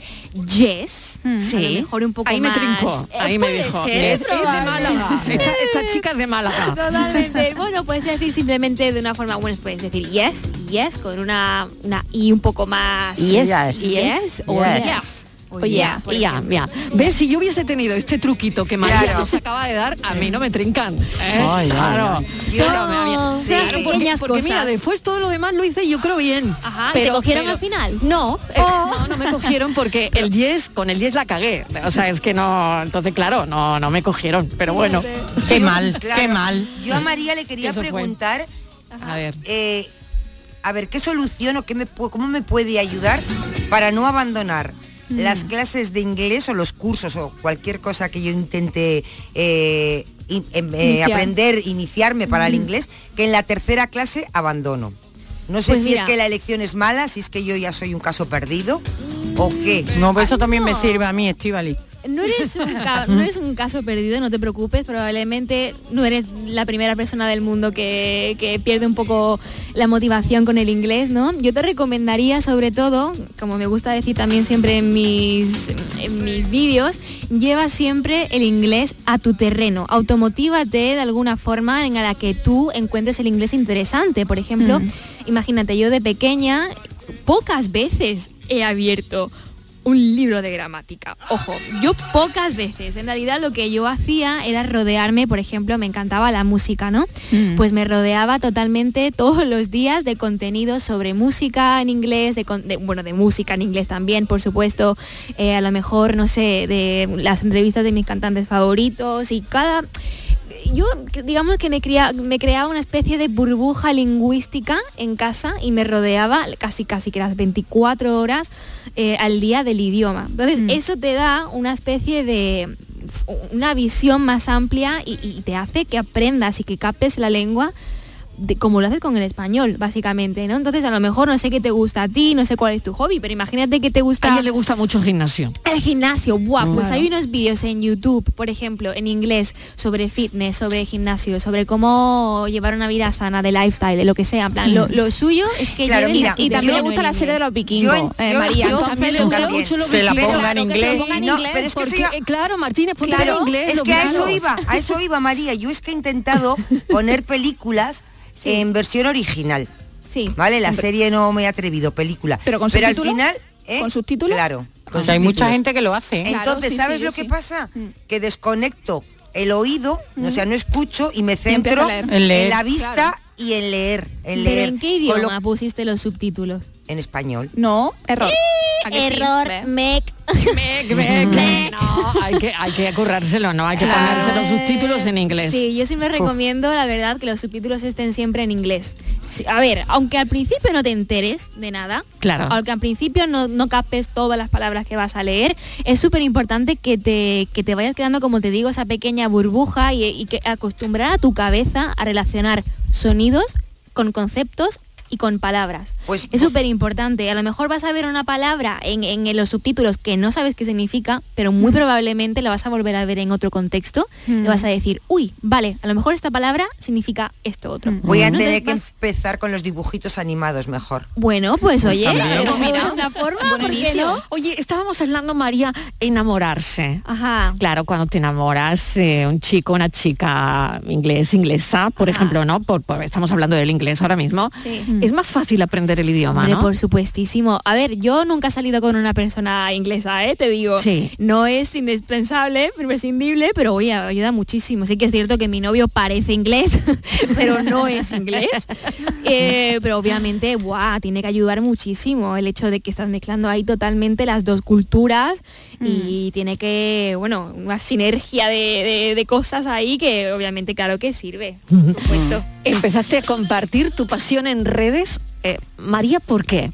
S17: yes, a
S18: Sí.
S17: lo mejor un poco
S18: Ahí me
S17: más...
S18: trincó,
S17: eh,
S18: ahí me
S17: puede
S18: dijo,
S17: ser,
S18: es, es de
S17: probable.
S18: Málaga. Esta, esta chica es de Málaga.
S17: Totalmente. Bueno, puedes decir simplemente de una forma, bueno, puedes decir yes, yes, con una, una I un poco más...
S18: Yes,
S17: yes,
S18: yes,
S17: o
S18: yes.
S17: yes. O
S18: Oye,
S17: yeah, por
S18: y ya,
S17: ejemplo.
S18: ya. ¿Ves? Si yo hubiese tenido este truquito que María
S19: Claro.
S18: nos acaba de dar, a mí no me trincan. ¿eh?
S21: Ay,
S18: claro.
S21: ay,
S18: Claro, me había-
S17: Son
S18: claro, porque,
S17: pequeñas
S18: porque mira,
S17: cosas.
S18: después todo lo demás lo hice yo creo bien.
S17: Ajá, ¿y te cogieron al final?
S18: No, eh,
S17: Oh.
S18: no, no me cogieron porque el yes, con el yes la cagué. O sea, es que no, entonces claro, no, no me cogieron. Pero bueno,
S21: Qué mal,
S19: Claro.
S21: qué mal.
S19: Yo a María le quería
S18: Eso fue.
S19: preguntar,
S18: a ver.
S19: eh, a ver, ¿qué solución o qué me, pu- cómo me puede ayudar para no abandonar las clases de inglés o los cursos o cualquier cosa que yo intente eh, in- em- eh,
S20: Iniciar.
S19: aprender, iniciarme para el inglés, que en la tercera clase abandono? No sé
S17: Pues
S19: si
S17: mira.
S19: es que la elección es mala, si es que yo ya soy un caso perdido o qué.
S21: No, pues eso también me
S17: no.
S21: sirve a mí, Estíbaliz.
S17: No eres, un ca- no eres un caso perdido, no te preocupes, probablemente no eres la primera persona del mundo que, que pierde un poco la motivación con el inglés, ¿no? Yo te recomendaría sobre todo, como me gusta decir también siempre en mis, en mis vídeos, lleva siempre el inglés a tu terreno, automotívate de alguna forma en la que tú encuentres el inglés interesante. Por ejemplo,
S20: Mm.
S17: imagínate, yo de pequeña pocas veces he abierto un libro de gramática. Ojo, yo pocas veces. En realidad lo que yo hacía era rodearme, por ejemplo, me encantaba la música, ¿no?
S20: Mm.
S17: Pues me rodeaba totalmente todos los días de contenido sobre música en inglés, de, con- de- bueno, de música en inglés también, por supuesto. Eh, a lo mejor, no sé, de las entrevistas de mis cantantes favoritos y cada... Yo digamos que me, crea, me creaba una especie de burbuja lingüística en casa y me rodeaba casi casi que las veinticuatro horas eh, al día del idioma. Entonces
S20: Mm.
S17: eso te da una especie de una visión más amplia y, y te hace que aprendas y que captes la lengua de, como lo haces con el español, básicamente, ¿no? Entonces a lo mejor no sé qué te gusta a ti, no sé cuál es tu hobby, pero imagínate que te gusta...
S18: A ella le gusta mucho el gimnasio.
S17: El gimnasio, guau, pues
S18: Claro.
S17: hay unos vídeos en YouTube, por ejemplo, en inglés, sobre fitness, sobre gimnasio, sobre cómo llevar una vida sana, de lifestyle, de lo que sea. En plan, lo, lo suyo es que
S19: Claro,
S17: lleves
S19: mira,
S17: a tu
S20: Y también le
S17: terreno
S20: gusta
S17: el
S20: la serie de
S17: inglés.
S20: los vikingos,
S19: Yo-
S20: eh,
S19: yo-
S20: María.
S19: yo-
S18: También le
S19: yo
S18: gusta
S19: también.
S18: mucho lo
S21: Se la
S18: vikingos.
S21: ponga en
S20: Claro, que se
S21: inglés.
S20: lo ponga en
S19: No,
S20: inglés.
S19: pero es que
S18: Porque,
S19: eso ya-
S18: eh, claro, Martínez, ponte
S19: Claro,
S18: en inglés.
S19: es
S18: los
S19: que a eso
S18: vikingos.
S19: iba, a eso iba María. Yo es que he intentado poner películas en versión original.
S17: Sí.
S19: ¿Vale? La serie no me he atrevido, película.
S20: Pero con
S19: Pero al
S20: subtítulos.
S19: final... ¿eh?
S20: ¿Con subtítulos?
S19: Claro.
S21: O sea, hay mucha gente que lo hace. ¿eh?
S19: Entonces,
S20: Claro, sí,
S19: ¿sabes
S20: sí,
S19: lo
S20: yo
S19: que
S20: sí.
S19: pasa?
S20: Mm.
S19: Que desconecto el oído, o sea, no escucho y me
S20: empiezo
S19: centro
S20: a leer.
S21: En leer.
S19: en la vista
S20: Claro.
S19: y en leer. En
S17: ¿Pero
S19: leer.
S17: en qué
S19: Con lo-
S17: idioma pusiste los subtítulos?
S19: En español.
S20: No, error. ¿A que sí?
S17: Error,
S20: ¿Ve?
S17: mec.
S18: Mec, mec, mec. No, hay que, hay que currárselo, ¿no? Hay que ponerse los subtítulos en inglés.
S17: Sí, yo siempre recomiendo, la verdad, que los subtítulos estén siempre en inglés. Sí, a ver, aunque al principio no te enteres de nada,
S18: Claro.
S17: aunque al principio no, no capes todas las palabras que vas a leer, es súper importante que te, que te vayas quedando, como te digo, esa pequeña burbuja y, y que acostumbrar a tu cabeza a relacionar sonidos con conceptos y con palabras.
S19: Pues,
S17: es súper importante. A lo mejor vas a ver una palabra en, en los subtítulos que no sabes qué significa, pero muy probablemente la vas a volver a ver en otro contexto
S20: Mm.
S17: y vas a decir, uy, vale, a lo mejor esta palabra significa esto otro.
S19: Voy a
S17: ¿No?
S19: tener
S17: Entonces
S19: que
S17: vas-
S19: empezar con los dibujitos animados mejor.
S17: Bueno, pues oye,
S18: También.
S17: es
S18: Pues mira,
S17: una forma,
S20: buen
S17: ¿por qué
S20: inicio.
S17: no?
S18: Oye, estábamos hablando, María, enamorarse.
S17: Ajá.
S18: Claro, cuando te enamoras, eh, un chico, una chica inglés, inglesa, por
S17: Ajá.
S18: ejemplo, ¿no? Por, por- estamos hablando del inglés ahora mismo.
S17: Sí.
S18: Es más fácil aprender el idioma,
S17: Hombre,
S18: ¿no?
S17: por supuestísimo. A ver, yo nunca he salido con una persona inglesa, ¿eh? Te digo.
S18: Sí.
S17: No es indispensable, imprescindible, pero oye, ayuda muchísimo. Sí que es cierto que mi novio parece inglés, pero no es inglés. Eh, pero obviamente, ¡buah! Tiene que ayudar muchísimo el hecho de que estás mezclando ahí totalmente las dos culturas y tiene que, bueno, una sinergia de, de- de cosas ahí que obviamente, claro que sirve, por supuesto.
S18: Empezaste a compartir tu pasión en redes. Eh, María, ¿por qué?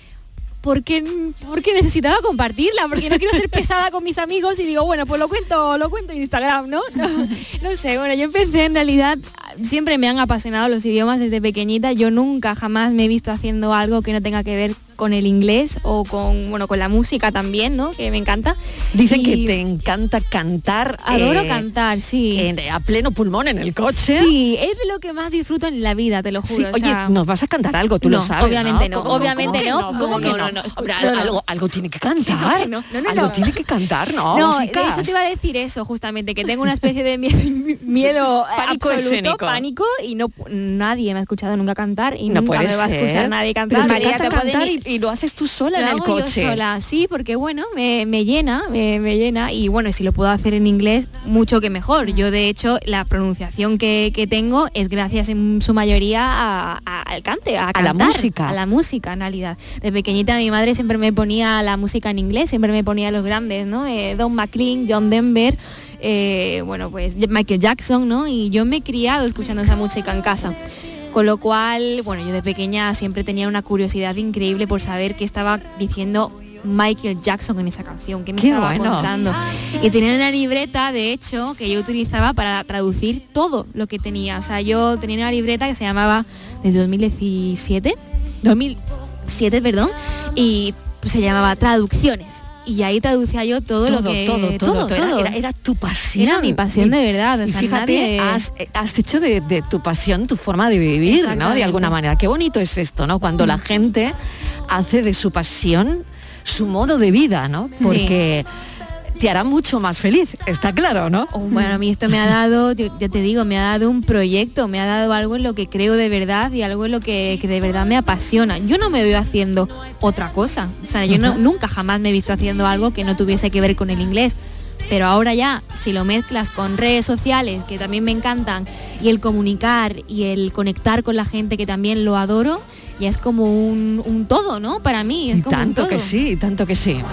S17: Porque, porque necesitaba compartirla, porque no quiero ser pesada con mis amigos y digo, bueno, pues lo cuento, lo cuento en Instagram, ¿no? No, no sé, bueno, yo empecé en realidad, siempre me han apasionado los idiomas desde pequeñita, yo nunca jamás me he visto haciendo algo que no tenga que ver con el inglés o con, bueno, con la música también, ¿no? Que me encanta.
S18: Dicen
S17: Y
S18: que te encanta cantar.
S17: Adoro
S18: eh,
S17: cantar, sí.
S18: en- a pleno pulmón en el coche.
S17: Sí, es de lo que más disfruto en la vida, te lo
S18: Sí,
S17: juro. o
S18: oye,
S17: sea,
S18: nos vas a cantar algo, tú
S17: no,
S18: lo sabes.
S17: obviamente no,
S18: ¿Cómo-
S17: obviamente
S18: cómo que
S17: no.
S18: ¿Cómo que
S17: No,
S18: no?
S17: no, no,
S18: Hombre,
S17: no, no.
S18: Algo, algo tiene que cantar.
S17: que no, no, no,
S18: algo
S17: no.
S18: tiene que cantar, ¿no?
S17: No,
S18: chicas?
S17: de eso te iba a decir eso, justamente, que tengo una especie de miedo, miedo eh,
S18: Pánico
S17: absoluto,
S18: escénico.
S17: pánico, y no nadie me ha escuchado nunca cantar y
S18: No
S17: nunca
S18: puede
S17: me va a
S18: ser.
S17: escuchar nadie
S18: Pero
S17: cantar.
S18: te
S17: María,
S18: encanta
S17: te pueden
S18: cantar
S17: ir-
S18: y, y lo haces tú sola
S17: lo
S18: en el
S17: hago yo
S18: coche.
S17: sola, sí, porque bueno, me, me llena, me, me llena y bueno, si lo puedo hacer en inglés, mucho que mejor. Yo de hecho la pronunciación que, que tengo es gracias en su mayoría a- a- al cante, a,
S18: A la
S17: cantar,
S18: música.
S17: a la música en realidad. De pequeñita mi madre siempre me ponía la música en inglés, siempre me ponía los grandes, ¿no? Eh, Don McLean, John Denver, eh, bueno pues Michael Jackson, ¿no? Y yo me he criado escuchando esa música en casa. Con lo cual, bueno, yo de pequeña siempre tenía una curiosidad increíble por saber qué estaba diciendo Michael Jackson en esa canción, qué me
S18: Qué
S17: estaba
S18: bueno.
S17: contando. Y tenía una libreta, de hecho, que yo utilizaba para traducir todo lo que tenía. O sea, yo tenía una libreta que se llamaba desde dos mil diecisiete, dos mil siete, perdón, y pues, se llamaba Traducciones. Y ahí traducía yo todo,
S18: Todo,
S17: lo que...
S18: todo, todo, todo. Era-
S17: todo.
S18: Era, era tu pasión.
S17: Era mi pasión de verdad. O
S18: Y
S17: sea,
S18: fíjate,
S17: nadie-
S18: has, eh, has hecho de, de tu pasión tu forma de vivir, ¿no? De
S17: Exactamente.
S18: alguna manera. Qué bonito es esto, ¿no? Cuando la gente hace de su pasión su modo de vida, ¿no? Porque te hará mucho más feliz, está claro, ¿no?
S17: Oh, bueno, a mí esto me ha dado, yo- ya te digo, me ha dado un proyecto, me ha dado algo en lo que creo de verdad y algo en lo que, que de verdad me apasiona. Yo no me veo haciendo otra cosa. O sea, yo no,
S18: Ujú.
S17: nunca jamás me he visto haciendo algo que no tuviese que ver con el inglés. Pero ahora ya, si lo mezclas con redes sociales, que también me encantan, y el comunicar y el conectar con la gente, que también lo adoro, ya es como un, un todo, ¿no? Para mí, es
S18: Y
S17: como un
S18: tanto que
S17: todo.
S18: sí, tanto que sí.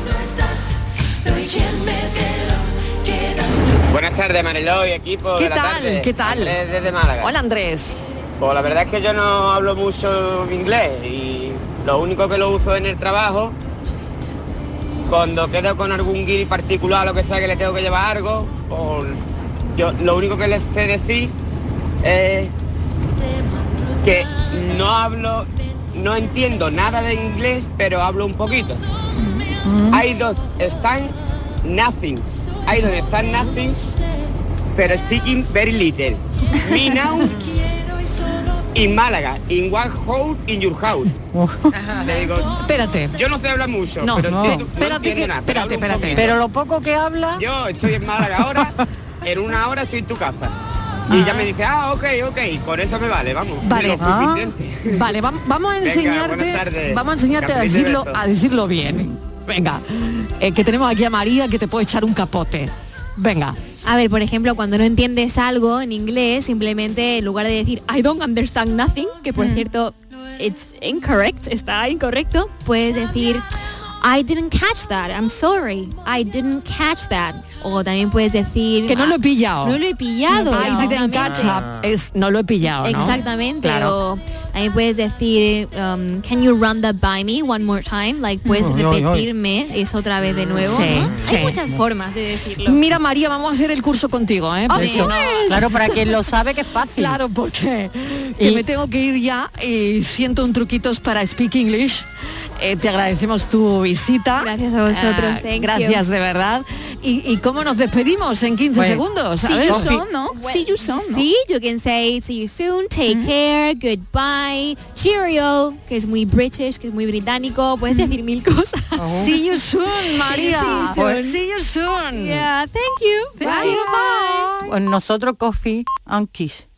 S6: Buenas tardes, Mariló y equipo
S18: ¿Qué
S6: de la
S18: tal?
S6: tarde.
S18: ¿Qué tal?
S6: Andrés desde Málaga.
S18: Hola, Andrés.
S6: Pues la verdad es que yo no hablo mucho inglés y lo único que lo uso en el trabajo, cuando quedo con algún guiri particular, lo que sea que le tengo que llevar algo, o yo lo único que les sé decir es que no hablo, no entiendo nada de inglés, pero hablo un poquito. I don't stand nothing. I don't stand nothing, pero speaking very little. Me now in Málaga, in one house, in your house. Le digo,
S18: espérate.
S6: Yo no sé hablar mucho,
S21: No,
S6: pero
S21: no.
S6: entiendo- no
S21: Espérate
S6: entiendo
S21: que-
S6: nada, pero
S21: espérate,
S6: hablo un
S21: espérate.
S6: poquito.
S21: Pero lo poco que habla...
S6: Yo estoy en Málaga ahora, en una hora estoy en tu casa. Y ella me dice, ah, ok, ok, con eso me vale, vamos.
S18: Vale,
S6: lo suficiente.
S18: ah. Vale, va- vamos a
S6: Venga,
S18: enseñarte,
S6: buenas tardes.
S18: vamos a enseñarte a
S6: Cafelito y
S18: decirlo,
S6: besos.
S18: a decirlo bien. Venga, eh, que tenemos aquí a María que te puede echar un capote. Venga.
S17: A ver, por ejemplo, cuando no entiendes algo en inglés, simplemente en lugar de decir I don't understand nothing, que por cierto, it's incorrect, está incorrecto, puedes decir I didn't catch that, I'm sorry, I didn't catch that. O también puedes decir
S18: Que no lo he pillado.
S17: No lo he pillado.
S18: I didn't catch up. Es no lo he pillado, ¿no?
S17: Exactamente.
S18: Claro.
S17: O también puedes decir, um, can you run that by me one more time? Like, puedes
S18: Ay, ay, ay.
S17: repetirme eso otra vez de nuevo.
S18: Sí,
S17: ¿no?
S18: sí.
S17: Hay muchas formas de decirlo.
S18: Mira, María, vamos a hacer el curso contigo, ¿eh?
S17: Oh,
S18: Porque
S17: Eso.
S21: Claro, para quien lo sabe que es fácil.
S18: Claro, porque que me tengo que ir ya y siento un truquitos para Speak English. Eh, te agradecemos tu visita.
S17: Gracias a vosotros.
S18: Eh,
S17: thank
S18: gracias
S17: you.
S18: de verdad. ¿Y, y cómo nos despedimos en quince
S21: Pues,
S18: segundos? A
S17: See
S18: ver.
S17: you soon, ¿no? See you soon, ¿no? Sí, you can say see you soon, take care, goodbye, cheerio, que es muy British, que es muy británico. Puedes decir mil cosas.
S18: See you soon, María.
S17: See you soon.
S18: See you soon.
S17: Yeah, thank you.
S18: Bye. Bye.
S21: Pues nosotros coffee and kiss.